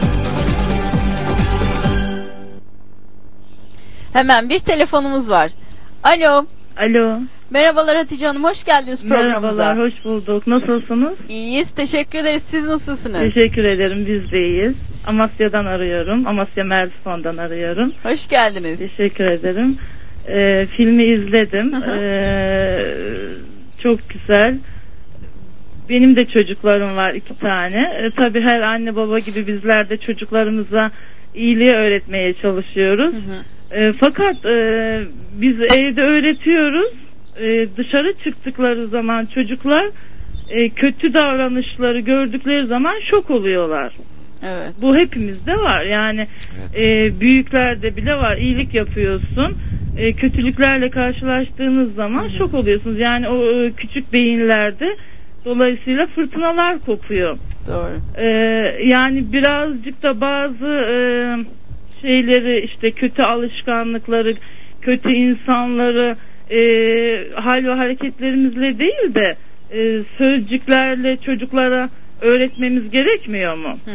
Hemen bir telefonumuz var. Alo. Alo. Merhabalar Hatice Hanım, hoş geldiniz programımıza. Merhabalar, hoş bulduk. Nasılsınız? İyiyiz, teşekkür ederiz. Siz nasılsınız? Teşekkür ederim, biz de iyiyiz. Amasya'dan arıyorum, Amasya Merzifon'dan arıyorum. Hoş geldiniz. Teşekkür ederim. Ee, filmi izledim. ee, çok güzel. Benim de çocuklarım var, iki tane. Ee, tabii her anne baba gibi bizler de çocuklarımıza iyiliği öğretmeye çalışıyoruz. Hı hı. Ee, fakat e, biz evde öğretiyoruz. Ee, dışarı çıktıkları zaman çocuklar e, kötü davranışları gördükleri zaman şok oluyorlar. Evet. Bu hepimizde var. Yani evet. e, büyüklerde bile var. İyilik yapıyorsun. E, kötülüklerle karşılaştığınız zaman Hı-hı. şok oluyorsunuz. Yani o e, küçük beyinlerde dolayısıyla fırtınalar kopuyor. Doğru. E, yani birazcık da bazı e, şeyleri işte kötü alışkanlıkları, kötü insanları e, hal ve hareketlerimizle değil de e, sözcüklerle çocuklara öğretmemiz gerekmiyor mu? Hı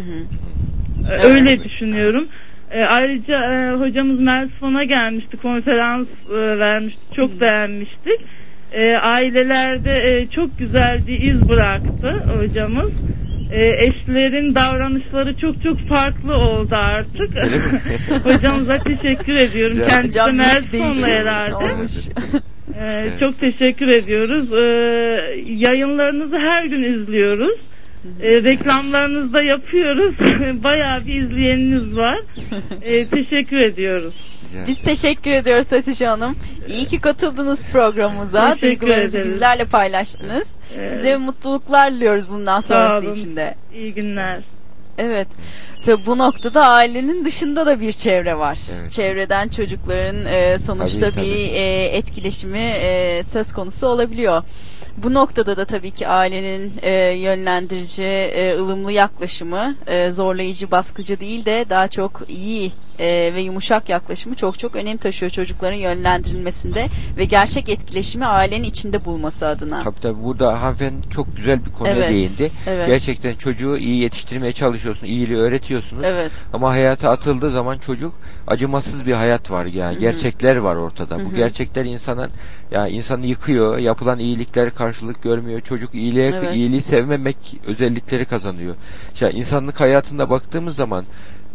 hı. Öyle evet. düşünüyorum. E, ayrıca e, hocamız Merzifon'a gelmişti, konferans e, vermişti, çok hı. beğenmiştik. E, ailelerde e, çok güzel bir iz bıraktı hocamız. E, eşlerin davranışları çok çok farklı oldu artık. Hocamıza teşekkür ediyorum. Güzel. Kendisi de Merzifon'la herhalde. Ee, evet. Çok teşekkür ediyoruz. Ee, yayınlarınızı her gün izliyoruz. Ee, reklamlarınızı da yapıyoruz. Bayağı bir izleyeniniz var. Ee, teşekkür ediyoruz. Biz teşekkür ediyoruz Hatice Hanım. İyi ki katıldınız programımıza. Duygularınızı bizlerle paylaştınız. Evet. Size mutluluklar diliyoruz bundan sonrası için de. İyi günler. Evet. Tabii bu noktada ailenin dışında da bir çevre var. Evet. Çevreden çocukların e, sonuçta tabii, tabii. bir e, etkileşimi e, söz konusu olabiliyor. Bu noktada da tabii ki ailenin e, yönlendirici, e, ılımlı yaklaşımı, e, zorlayıcı, baskıcı değil de daha çok iyi e, ve yumuşak yaklaşımı çok çok önem taşıyor çocukların yönlendirilmesinde ve gerçek etkileşimi ailenin içinde bulması adına. Tabii tabii burada hanımefendi çok güzel bir konuya evet, değindi. Evet. Gerçekten çocuğu iyi yetiştirmeye çalışıyorsun, iyiliği öğretiyorsunuz. Evet. Ama hayata atıldığı zaman çocuk acımasız bir hayat var yani. Hı-hı. Gerçekler var ortada. Hı-hı. Bu gerçekler insanın yani insanı yıkıyor. Yapılan iyilikler karşılık görmüyor. Çocuk iyiliğe evet. iyiliği sevmemek özellikleri kazanıyor. Yani insanlık hayatında baktığımız zaman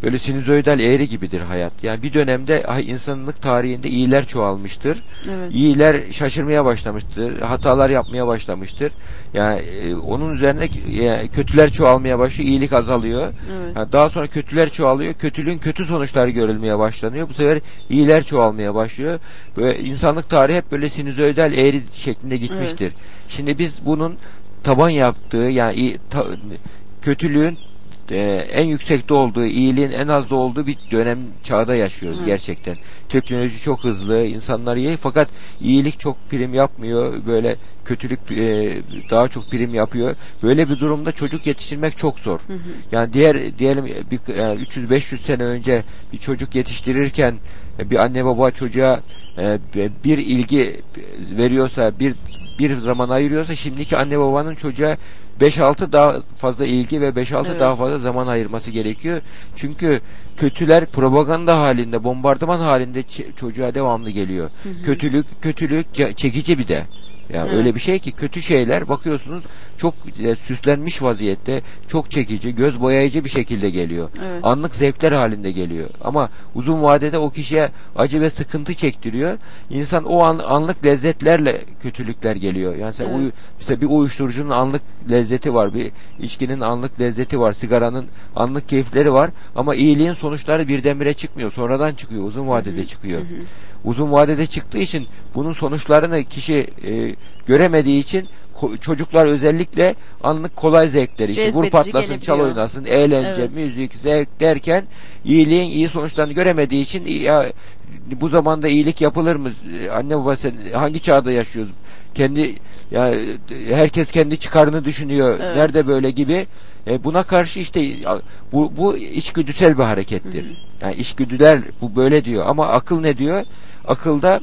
böyle sinüzoidal eğri gibidir hayat. Yani bir dönemde insanlık tarihinde iyiler çoğalmıştır. Evet. İyiler şaşırmaya başlamıştır. Hatalar yapmaya başlamıştır. Yani e, onun üzerine yani kötüler çoğalmaya başlıyor. İyilik azalıyor. Evet. Yani daha sonra kötüler çoğalıyor. Kötülüğün kötü sonuçları görülmeye başlanıyor. Bu sefer iyiler çoğalmaya başlıyor. Böyle insanlık tarihi hep böyle sinüzoidal eğri şeklinde gitmiştir. Evet. Şimdi biz bunun taban yaptığı yani ta, kötülüğün e, en yüksekte olduğu, iyiliğin en azda olduğu bir dönem çağda yaşıyoruz. Hı. Gerçekten. Teknoloji çok hızlı, insanlar iyi fakat iyilik çok prim yapmıyor. Böyle kötülük e, daha çok prim yapıyor. Böyle bir durumda çocuk yetiştirmek çok zor. Hı hı. Yani diğer diyelim bir, yani üç yüz beş yüz sene önce bir çocuk yetiştirirken bir anne baba çocuğa e, bir ilgi veriyorsa, bir bir zaman ayırıyorsa şimdiki anne babanın çocuğa beş altı daha fazla ilgi ve beş altı evet. daha fazla zaman ayırması gerekiyor. Çünkü kötüler propaganda halinde, bombardıman halinde çocuğa devamlı geliyor. Hı hı. Kötülük, kötülük çekici bir de. Yani evet. öyle bir şey ki kötü şeyler bakıyorsunuz çok e, süslenmiş vaziyette, çok çekici, göz boyayıcı bir şekilde geliyor. Evet. Anlık zevkler halinde geliyor. Ama uzun vadede o kişiye acı ve sıkıntı çektiriyor. İnsan o an, anlık lezzetlerle kötülükler geliyor. Yani sen evet. uy, işte bir uyuşturucunun anlık lezzeti var, bir içkinin anlık lezzeti var, sigaranın anlık keyifleri var. Ama iyiliğin sonuçları birdenbire çıkmıyor. Sonradan çıkıyor, uzun vadede Hı-hı. çıkıyor. Hı-hı. Uzun vadede çıktığı için bunun sonuçlarını kişi e, göremediği için ko- çocuklar özellikle anlık kolay zevkleri işte vur patlasın, çal oynasın, eğlence, evet. müzik, zevk derken iyiliğin iyi sonuçlarını göremediği için ya bu zamanda iyilik yapılır mı? Anne baba sen hangi çağda yaşıyoruz? Kendi ya herkes kendi çıkarını düşünüyor. Evet. Nerede böyle gibi. E, buna karşı işte bu bu içgüdüsel bir harekettir. Hı hı. Yani içgüdüler bu böyle diyor ama akıl ne diyor? Akılda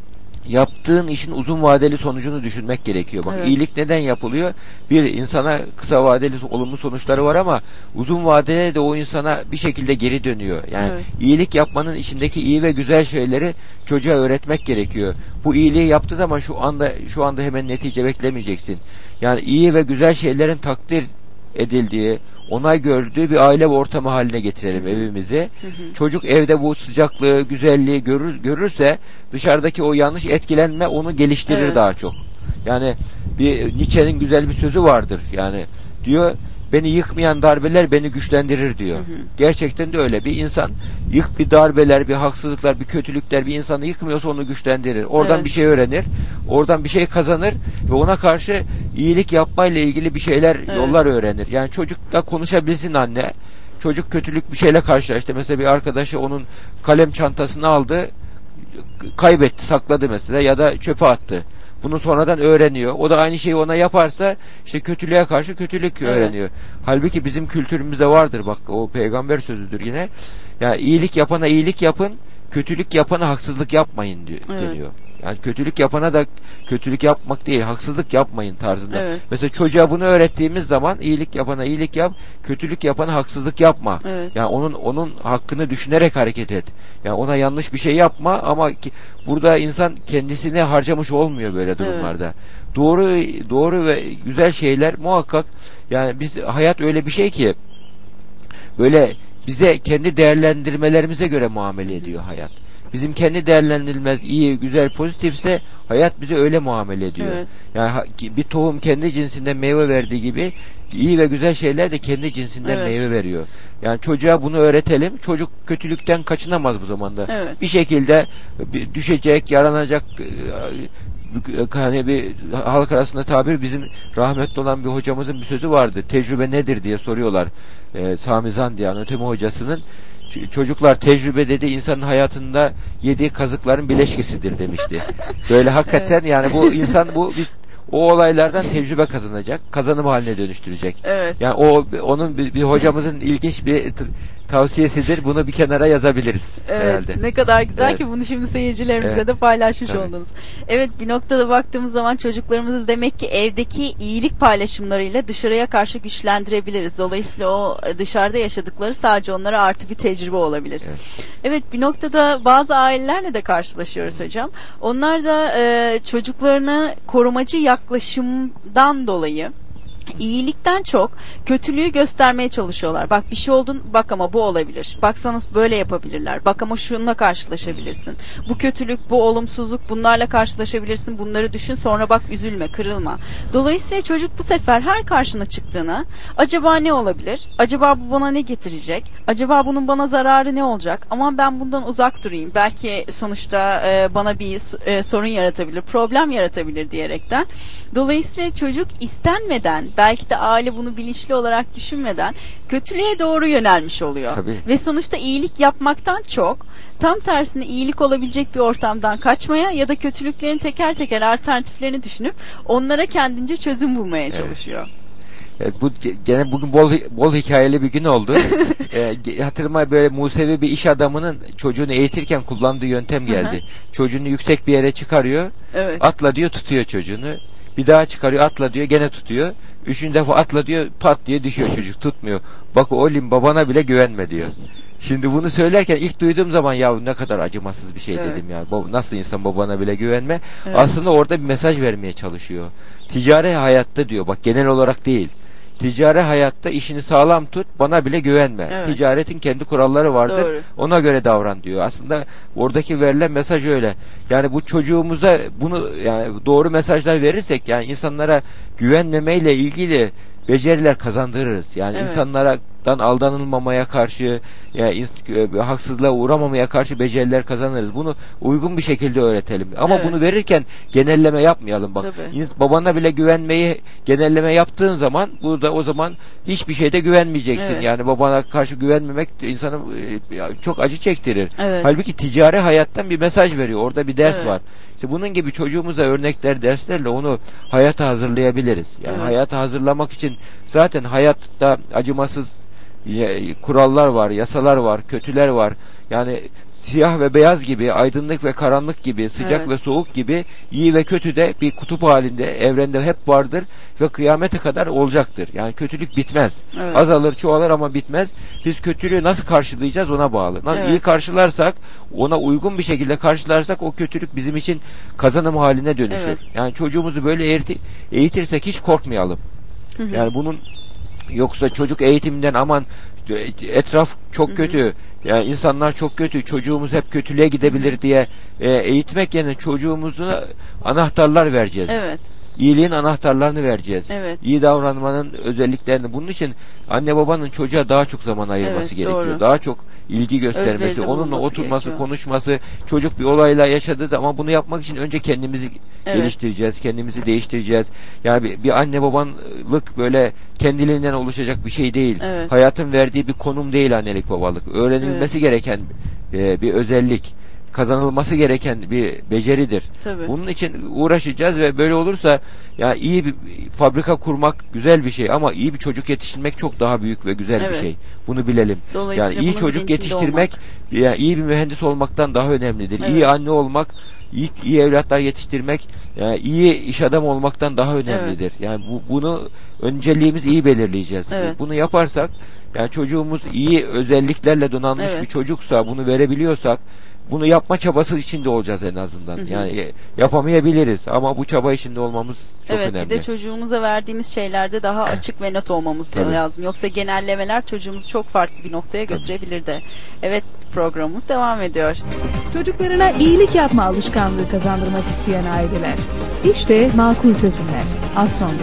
yaptığın işin uzun vadeli sonucunu düşünmek gerekiyor. Bak evet. iyilik neden yapılıyor? Bir insana kısa vadeli olumlu sonuçları var ama uzun vadede de o insana bir şekilde geri dönüyor. Yani evet. iyilik yapmanın içindeki iyi ve güzel şeyleri çocuğa öğretmek gerekiyor. Bu iyiliği yaptığı zaman şu anda şu anda hemen netice beklemeyeceksin. Yani iyi ve güzel şeylerin takdir edildiği, onay gördüğü bir aile ortamı haline getirelim Hı-hı. evimizi. Hı-hı. Çocuk evde bu sıcaklığı, güzelliği görür, görürse dışarıdaki o yanlış etkilenme onu geliştirir evet. daha çok. Yani bir Nietzsche'nin güzel bir sözü vardır. Yani diyor beni yıkmayan darbeler beni güçlendirir diyor. Hı hı. Gerçekten de öyle. Bir insan yık bir darbeler, bir haksızlıklar, bir kötülükler bir insanı yıkmıyorsa onu güçlendirir. Oradan evet. bir şey öğrenir. Oradan bir şey kazanır ve ona karşı iyilik yapmayla ilgili bir şeyler, evet. yollar öğrenir. Yani çocukla konuşabilsin anne. Çocuk kötülük bir şeyle karşılaştı. Mesela bir arkadaşı onun kalem çantasını aldı, kaybetti, sakladı mesela ya da çöpe attı. Bunu sonradan öğreniyor. O da aynı şeyi ona yaparsa işte kötülüğe karşı kötülük evet. öğreniyor. Halbuki bizim kültürümüzde vardır bak o peygamber sözüdür yine. Ya iyilik yapana iyilik yapın, kötülük yapana haksızlık yapmayın diyor, evet. deniyor. Yani kötülük yapana da kötülük yapmak değil, haksızlık yapmayın tarzında. Evet. Mesela çocuğa bunu öğrettiğimiz zaman iyilik yapana iyilik yap, kötülük yapana haksızlık yapma. Evet. Yani onun onun hakkını düşünerek hareket et. Yani ona yanlış bir şey yapma ama ki, burada insan kendisini harcamış olmuyor böyle durumlarda. Evet. Doğru doğru ve güzel şeyler muhakkak yani biz hayat öyle bir şey ki böyle bize kendi değerlendirmelerimize göre muamele ediyor hayat. Bizim kendi değerlendirilmez iyi, güzel, pozitifse hayat bize öyle muamele ediyor. Evet. Yani bir tohum kendi cinsinden meyve verdiği gibi iyi ve güzel şeyler de kendi cinsinden evet. meyve veriyor. Yani çocuğa bunu öğretelim. Çocuk kötülükten kaçınamaz bu zamanda. Evet. Bir şekilde düşecek, yaranacak hani bir halk arasında tabir bizim rahmetli olan bir hocamızın bir sözü vardı. Tecrübe nedir diye soruyorlar. Ee, Sami Zandi anatomi hocasının. Çocuklar tecrübe dedi insanın hayatında yediği kazıkların bileşkesidir demişti. Böyle hakikaten evet. yani bu insan bu bir, o olaylardan tecrübe kazanacak, kazanım haline dönüştürecek. Evet. Yani o onun bir, bir hocamızın ilginç bir t- tavsiyesidir. Bunu bir kenara yazabiliriz evet, herhalde. Ne kadar güzel evet. ki bunu şimdi seyircilerimizle evet. de paylaşmış Tabii. oldunuz. Evet bir noktada baktığımız zaman çocuklarımızı demek ki evdeki iyilik paylaşımlarıyla dışarıya karşı güçlendirebiliriz. Dolayısıyla o dışarıda yaşadıkları sadece onlara artı bir tecrübe olabilir. Evet, evet bir noktada bazı ailelerle de karşılaşıyoruz hocam. Onlar da e, çocuklarını korumacı yaklaşımdan dolayı iyilikten çok kötülüğü göstermeye çalışıyorlar. Bak bir şey oldun, bak ama bu olabilir. Baksanız böyle yapabilirler. Bak ama şununla karşılaşabilirsin. Bu kötülük, bu olumsuzluk, bunlarla karşılaşabilirsin. Bunları düşün, sonra bak üzülme, kırılma. Dolayısıyla çocuk bu sefer her karşına çıktığını, acaba ne olabilir? Acaba bu bana ne getirecek? Acaba bunun bana zararı ne olacak? Aman ben bundan uzak durayım. Belki sonuçta e, bana bir e, sorun yaratabilir, problem yaratabilir diyerekten. Dolayısıyla çocuk istenmeden, belki de aile bunu bilinçli olarak düşünmeden kötülüğe doğru yönelmiş oluyor. Tabii. Ve sonuçta iyilik yapmaktan çok tam tersine iyilik olabilecek bir ortamdan kaçmaya ya da kötülüklerin teker teker alternatiflerini düşünüp onlara kendince çözüm bulmaya çalışıyor. Evet, bu gene bugün bol bol hikayeli bir gün oldu. e, hatırıma böyle Musevi bir iş adamının çocuğunu eğitirken kullandığı yöntem geldi. Hı-hı. Çocuğunu yüksek bir yere çıkarıyor. Evet. Atla diyor, tutuyor çocuğunu. Bir daha çıkarıyor, atla diyor, gene tutuyor. Üçüncü defa atla diyor, pat diye düşüyor çocuk, tutmuyor. Bak oğlum, babana bile güvenme diyor. Şimdi bunu söylerken ilk duyduğum zaman ya ne kadar acımasız bir şey evet. dedim ya. Nasıl insan babana bile güvenme? Evet. Aslında orada bir mesaj vermeye çalışıyor. Ticari hayatta diyor, bak genel olarak değil. Ticari hayatta işini sağlam tut, bana bile güvenme. Evet. Ticaretin kendi kuralları vardır. Doğru. Ona göre davran diyor. Aslında oradaki verilen mesaj öyle. Yani bu çocuğumuza bunu yani doğru mesajlar verirsek, yani insanlara güvenmemeyle ilgili beceriler kazandırırız. Yani evet. insanlardan aldanılmamaya karşı, yani haksızlığa uğramamaya karşı beceriler kazanırız. Bunu uygun bir şekilde öğretelim. Ama evet. bunu verirken genelleme yapmayalım. Bak, tabii. babana bile güvenmeyi genelleme yaptığın zaman burada o zaman hiçbir şeyde güvenmeyeceksin. Evet. Yani babana karşı güvenmemek insanı çok acı çektirir. Evet. Halbuki ticari hayattan bir mesaj veriyor. Orada bir ders evet. var. İşte bunun gibi çocuğumuza örnekler, derslerle onu hayata hazırlayabiliriz. Yani evet. hayata hazırlamak için zaten hayatta acımasız kurallar var, yasalar var, kötüler var. Yani siyah ve beyaz gibi, aydınlık ve karanlık gibi, sıcak evet. ve soğuk gibi, iyi ve kötü de bir kutup halinde evrende hep vardır ve kıyamete kadar olacaktır. Yani kötülük bitmez. Evet. Azalır, çoğalır ama bitmez. Biz kötülüğü nasıl karşılayacağız ona bağlı. Nasıl evet. iyi karşılarsak, ona uygun bir şekilde karşılarsak o kötülük bizim için kazanım haline dönüşür. Evet. Yani çocuğumuzu böyle eğiti, eğitirsek hiç korkmayalım. Hı hı. Yani bunun yoksa çocuk eğitiminden aman etraf çok kötü, hı hı. yani insanlar çok kötü, çocuğumuz hep kötülüğe gidebilir diye e, eğitmek yerine çocuğumuza anahtarlar vereceğiz. Evet. İyiliğin anahtarlarını vereceğiz. Evet. İyi davranmanın özelliklerini. Bunun için anne babanın çocuğa daha çok zaman ayırması evet, gerekiyor. Doğru. Daha çok ilgi göstermesi, onunla oturması, gerekiyor. konuşması. Çocuk bir olayla yaşadığı zaman bunu yapmak için önce kendimizi evet. geliştireceğiz, kendimizi değiştireceğiz. Yani bir, bir anne babalık böyle kendiliğinden oluşacak bir şey değil. Evet. Hayatın verdiği bir konum değil annelik babalık. Öğrenilmesi evet. gereken e, bir özellik. Kazanılması gereken bir beceridir. Tabii. Bunun için uğraşacağız ve böyle olursa ya iyi bir fabrika kurmak güzel bir şey ama iyi bir çocuk yetiştirmek çok daha büyük ve güzel evet. bir şey. Bunu bilelim. Yani iyi çocuk yetiştirmek yani iyi bir mühendis olmaktan daha önemlidir. Evet. İyi anne olmak, iyi, iyi evlatlar yetiştirmek, yani iyi iş adamı olmaktan daha önemlidir. Evet. Yani bu, bunu önceliğimiz iyi belirleyeceğiz. Evet. Bunu yaparsak yani çocuğumuz iyi özelliklerle donanmış evet. bir çocuksa, bunu verebiliyorsak bunu yapma çabası içinde olacağız en azından. Hı hı. Yani yapamayabiliriz ama bu çaba içinde olmamız çok evet, önemli. Evet, bir de çocuğumuza verdiğimiz şeylerde daha açık ve net olmamız Tabii. lazım. Yoksa genellemeler çocuğumuzu çok farklı bir noktaya götürebilir de. Evet, programımız devam ediyor. Çocuklarına iyilik yapma alışkanlığı kazandırmak isteyen aileler. İşte makul çözümler. Az sonra.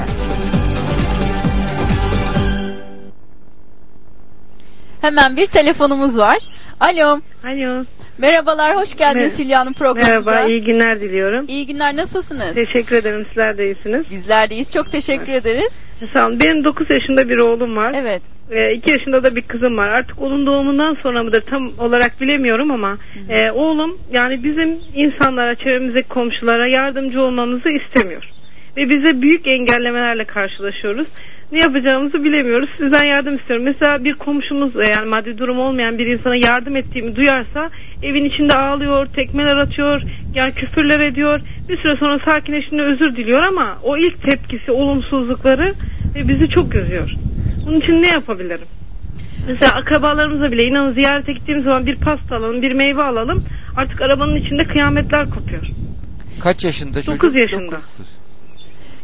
Hemen bir telefonumuz var. Alo. Alo. Merhabalar, hoş geldiniz Hülya Hanım programımıza. Merhaba, iyi günler diliyorum. İyi günler, nasılsınız? Teşekkür ederim, sizler de iyisiniz. Bizler de iyiyiz, çok teşekkür evet. ederiz. Sağ olun, benim dokuz yaşında bir oğlum var. Evet. iki yaşında da bir kızım var. Artık onun doğumundan sonra mıdır tam olarak bilemiyorum ama e, oğlum yani bizim insanlara, çevremizdeki komşulara yardımcı olmamızı istemiyor. Ve bize büyük engellemelerle karşılaşıyoruz. Ne yapacağımızı bilemiyoruz. Sizden yardım istiyorum. Mesela bir komşumuz yani maddi durum olmayan bir insana yardım ettiğimi duyarsa evin içinde ağlıyor, tekmeler atıyor, yani küfürler ediyor. Bir süre sonra sakinleştiğinde özür diliyor ama o ilk tepkisi, olumsuzlukları bizi çok üzüyor. Bunun için ne yapabilirim? Mesela akrabalarımıza bile inanın ziyarete gittiğimiz zaman bir pasta alalım, bir meyve alalım. Artık arabanın içinde kıyametler kopuyor. Kaç yaşında çocuk? dokuz yaşında. dokuz.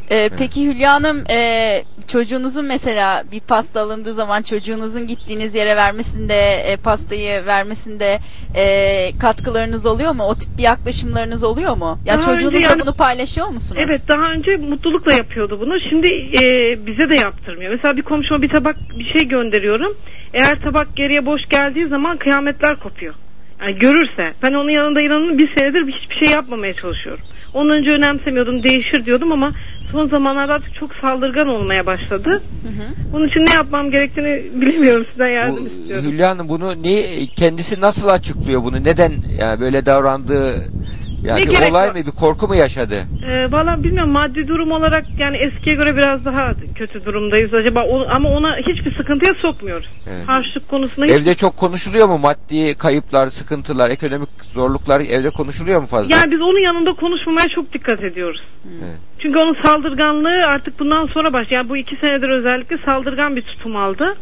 Ee, peki Hülya Hanım, e, çocuğunuzun mesela bir pasta alındığı zaman çocuğunuzun gittiğiniz yere vermesinde, e, pastayı vermesinde e, katkılarınız oluyor mu? O tip bir yaklaşımlarınız oluyor mu? Ya Daha çocuğunuzla yani, bunu paylaşıyor musunuz? Evet, daha önce mutlulukla yapıyordu bunu. Şimdi e, bize de yaptırmıyor. Mesela bir komşuma bir tabak bir şey gönderiyorum. Eğer tabak geriye boş geldiği zaman kıyametler kopuyor. Yani görürse. Ben onun yanında inanın bir senedir hiçbir şey yapmamaya çalışıyorum. Ondan önce önemsemiyordum, değişir diyordum ama son zamanlarda artık çok saldırgan olmaya başladı. Hı hı. Bunun için ne yapmam gerektiğini bilmiyorum, sizden yardım bu, istiyorum. Hülya Hanım bunu ne, kendisi nasıl açıklıyor bunu? Neden yani böyle davrandığı, yani ne bir olay var? mı, bir korku mu yaşadı? Ee, Valla bilmiyorum, maddi durum olarak yani eskiye göre biraz daha kötü durumdayız acaba, o, ama ona hiçbir sıkıntıya sokmuyoruz. Evet. Harçlık konusunda evde hiç... çok konuşuluyor mu maddi kayıplar, sıkıntılar, ekonomik zorluklar evde konuşuluyor mu fazla? Yani biz onun yanında konuşmamaya çok dikkat ediyoruz. Evet. Çünkü onun saldırganlığı artık bundan sonra başlıyor. Yani bu iki senedir özellikle saldırgan bir tutum aldı.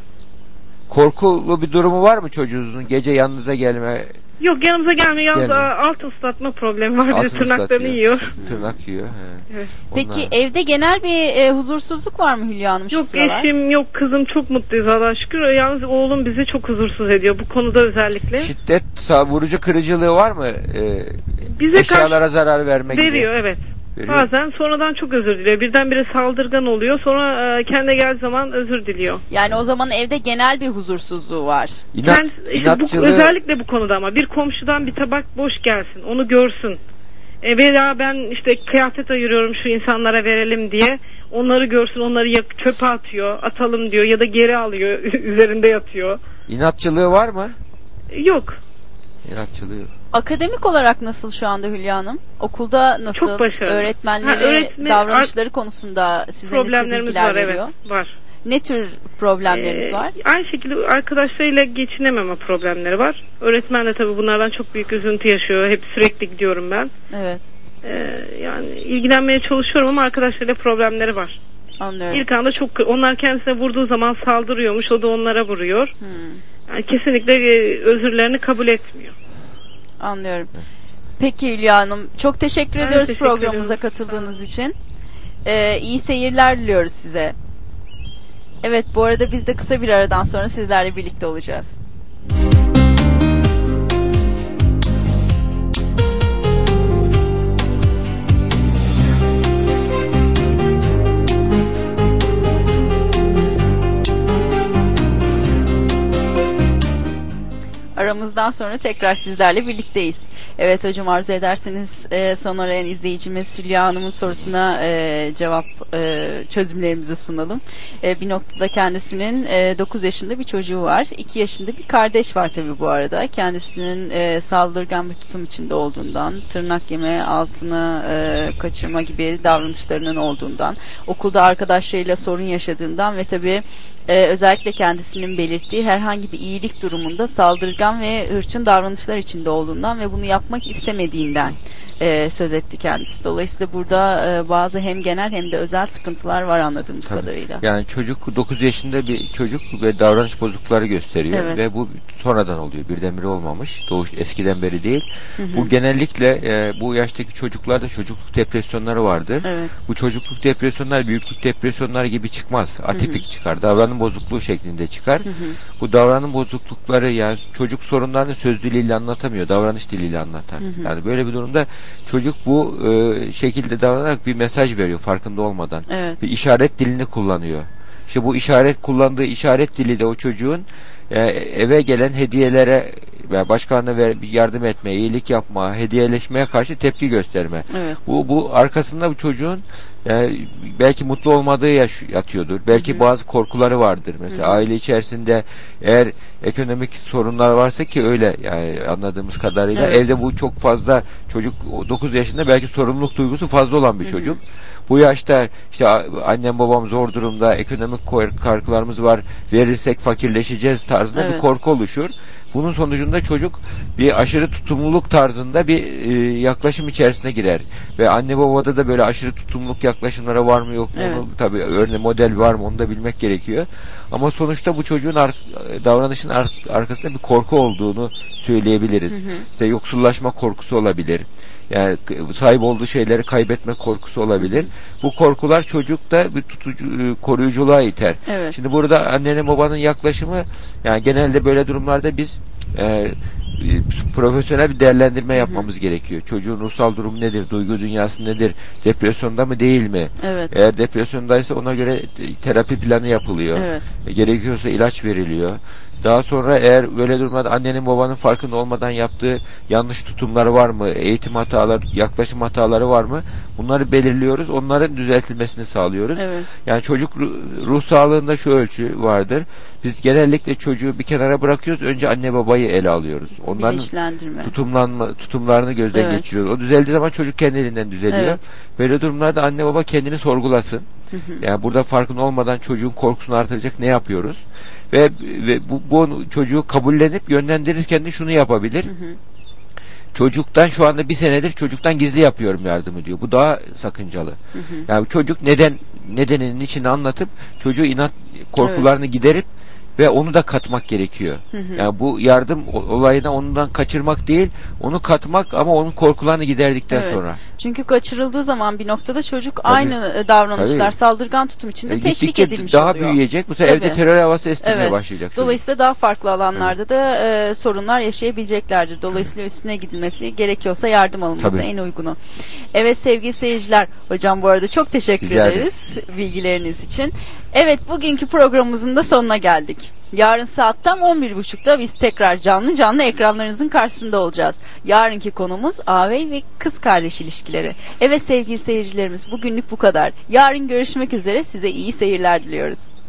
Korkulu bir durumu var mı çocuğunuzun? Gece yanınıza gelme... Yok, yanımıza gelmiyor. Yalnız Gelme. alt ıslatma problemi var. Bir de tırnaklarını ıslatıyor. yiyor. Tırnak yiyor. He. Evet. Peki Onlar... evde genel bir e, huzursuzluk var mı Hülya Hanım? Yok, eşim yok, kızım, çok mutluyuz Allah'a şükür. Yalnız oğlum bizi çok huzursuz ediyor bu konuda özellikle. Şiddet, vurucu kırıcılığı var mı? Ee, Bize eşyalara zarar verme gibi. Veriyor, evet. Veriyor. Bazen sonradan çok özür diliyor. Birdenbire saldırgan oluyor. Sonra e, kendine geldiği zaman özür diliyor. Yani o zaman evde genel bir huzursuzluğu var. İnat, Kend, işte bu, özellikle bu konuda ama bir komşudan bir tabak boş gelsin, onu görsün. E, veya ben işte kıyafet ayırıyorum şu insanlara verelim diye. Onları görsün, onları yak, çöpe atıyor, atalım diyor ya da geri alıyor, üzerinde yatıyor. İnatçılığı var mı? Yok. İnatçılığı yok. Akademik olarak nasıl şu anda Hülya Hanım? Okulda nasıl? Çok başarılı. Öğretmenleri, ha, öğretmen, davranışları konusunda size ne tür bilgiler var, veriyor? Evet, var. Ne tür problemleriniz ee, var? Aynı şekilde arkadaşlarıyla geçinememe problemleri var. Öğretmen de tabii bunlardan çok büyük üzüntü yaşıyor. Hep sürekli gidiyorum ben. Evet. Ee, yani ilgilenmeye çalışıyorum ama arkadaşlarıyla problemleri var. Anlıyorum. İlk anda çok, onlar kendisine vurduğu zaman saldırıyormuş, o da onlara vuruyor. Hmm. Yani kesinlikle özürlerini kabul etmiyor. Anlıyorum. Peki Hülya Hanım, çok teşekkür ben ediyoruz teşekkür programımıza ediyorum. katıldığınız için. Ee, iyi seyirler diliyoruz size. Evet, bu arada biz de kısa bir aradan sonra sizlerle birlikte olacağız. Aramızdan sonra tekrar sizlerle birlikteyiz. Evet hocam, arzu ederseniz e, son arayan izleyicimiz Hülya Hanım'ın sorusuna e, cevap e, çözümlerimizi sunalım. E, bir noktada kendisinin e, dokuz yaşında bir çocuğu var. iki yaşında bir kardeş var tabii bu arada. Kendisinin e, saldırgan bir tutum içinde olduğundan, tırnak yeme, altını e, kaçırma gibi davranışlarının olduğundan, okulda arkadaşlarıyla sorun yaşadığından ve tabii Ee, özellikle kendisinin belirttiği herhangi bir iyilik durumunda saldırgan ve hırçın davranışlar içinde olduğundan ve bunu yapmak istemediğinden e, söz etti kendisi. Dolayısıyla burada e, bazı hem genel hem de özel sıkıntılar var anladığımız Tabii. kadarıyla. Yani çocuk dokuz yaşında bir çocuk ve davranış bozuklukları gösteriyor evet. ve bu sonradan oluyor. Birdenbire olmamış. Doğuş eskiden beri değil. Hı hı. Bu genellikle e, bu yaştaki çocuklarda çocukluk depresyonları vardır. Evet. Bu çocukluk depresyonlar büyüklük depresyonlar gibi çıkmaz. Atipik hı hı. çıkar. Davranış bozukluğu şeklinde çıkar. Hı hı. Bu davranış bozuklukları, yani çocuk sorunlarını söz diliyle anlatamıyor, davranış diliyle anlatar. Hı hı. Yani böyle bir durumda çocuk bu e, şekilde davranarak bir mesaj veriyor farkında olmadan. Evet. Bir işaret dilini kullanıyor. İşte bu işaret kullandığı işaret dili de o çocuğun e, eve gelen hediyelere veya başkalarına ver, yardım etme, iyilik yapma, hediyeleşmeye karşı tepki gösterme. Evet. Bu bu arkasında bu çocuğun yani belki mutlu olmadığı yaş yatıyordur. Belki Hı-hı. bazı korkuları vardır. Mesela Hı-hı. aile içerisinde eğer ekonomik sorunlar varsa, ki öyle yani anladığımız kadarıyla evet. evde bu çok fazla çocuk dokuz yaşında belki sorumluluk duygusu fazla olan bir Hı-hı. çocuk. Bu yaşta işte annem babam zor durumda, ekonomik kaygılarımız var, verirsek fakirleşeceğiz tarzında evet. bir korku oluşur. Bunun sonucunda çocuk bir aşırı tutumluluk tarzında bir e, yaklaşım içerisine girer. Ve anne babada da böyle aşırı tutumluluk yaklaşımlara var mı yok mu? Evet. Tabii örne model var mı onu da bilmek gerekiyor. Ama sonuçta bu çocuğun ar davranışın ar arkasında bir korku olduğunu söyleyebiliriz. Hı hı. İşte yoksullaşma korkusu olabilir. Yani sahip olduğu şeyleri kaybetme korkusu olabilir. Bu korkular çocukta bir tutucu, koruyuculuğa iter. Evet. Şimdi burada annenin babanın yaklaşımı, yani genelde böyle durumlarda biz e, profesyonel bir değerlendirme yapmamız Hı-hı. gerekiyor. Çocuğun ruhsal durumu nedir? Duygu dünyası nedir? Depresyonda mı değil mi? Evet. Eğer depresyondaysa ona göre terapi planı yapılıyor. Evet. Gerekiyorsa ilaç veriliyor. Daha sonra eğer böyle durumlarda annenin babanın farkında olmadan yaptığı yanlış tutumları var mı? Eğitim hataları, yaklaşım hataları var mı? Bunları belirliyoruz. Onların düzeltilmesini sağlıyoruz. Evet. Yani çocuk ruh sağlığında şu ölçü vardır. Biz genellikle çocuğu bir kenara bırakıyoruz. Önce anne babayı ele alıyoruz. Onların tutumlanma, tutumlarını gözden evet. geçiriyoruz. O düzeldiği zaman çocuk kendiliğinden düzeliyor. Evet. Böyle durumlarda anne baba kendini sorgulasın. Hı hı. Yani burada farkında olmadan çocuğun korkusunu artıracak ne yapıyoruz? Ve, ve bu, bu çocuğu kabullenip yönlendirirken de şunu yapabilir. Hı hı. Çocuktan şu anda bir senedir çocuktan gizli yapıyorum yardımı diyor. Bu daha sakıncalı. Hı hı. Yani çocuk neden nedeninin içini anlatıp çocuğu inat korkularını evet. giderip ve onu da katmak gerekiyor. Hı hı. Yani bu yardım olayına ondan kaçırmak değil, onu katmak ama onun korkularını giderdikten evet. sonra. Çünkü kaçırıldığı zaman bir noktada çocuk Tabii. aynı davranışlar, Tabii. saldırgan tutum içinde e, teşvik edilmiş daha oluyor. Daha büyüyecek. Bu sefer evde terör havası estirmeye evet. başlayacak. Dolayısıyla daha farklı alanlarda evet. da e, sorunlar yaşayabileceklerdir. Dolayısıyla evet. üstüne gidilmesi, gerekiyorsa yardım alınması Tabii. en uygunu. Evet sevgili seyirciler, hocam bu arada çok teşekkür Rica ederiz ederiz bilgileriniz için. Evet, bugünkü programımızın da sonuna geldik. Yarın saat tam on bir buçukta biz tekrar canlı canlı ekranlarınızın karşısında olacağız. Yarınki konumuz ağabey ve kız kardeş ilişkileri. Evet sevgili seyircilerimiz, bugünlük bu kadar. Yarın görüşmek üzere, size iyi seyirler diliyoruz.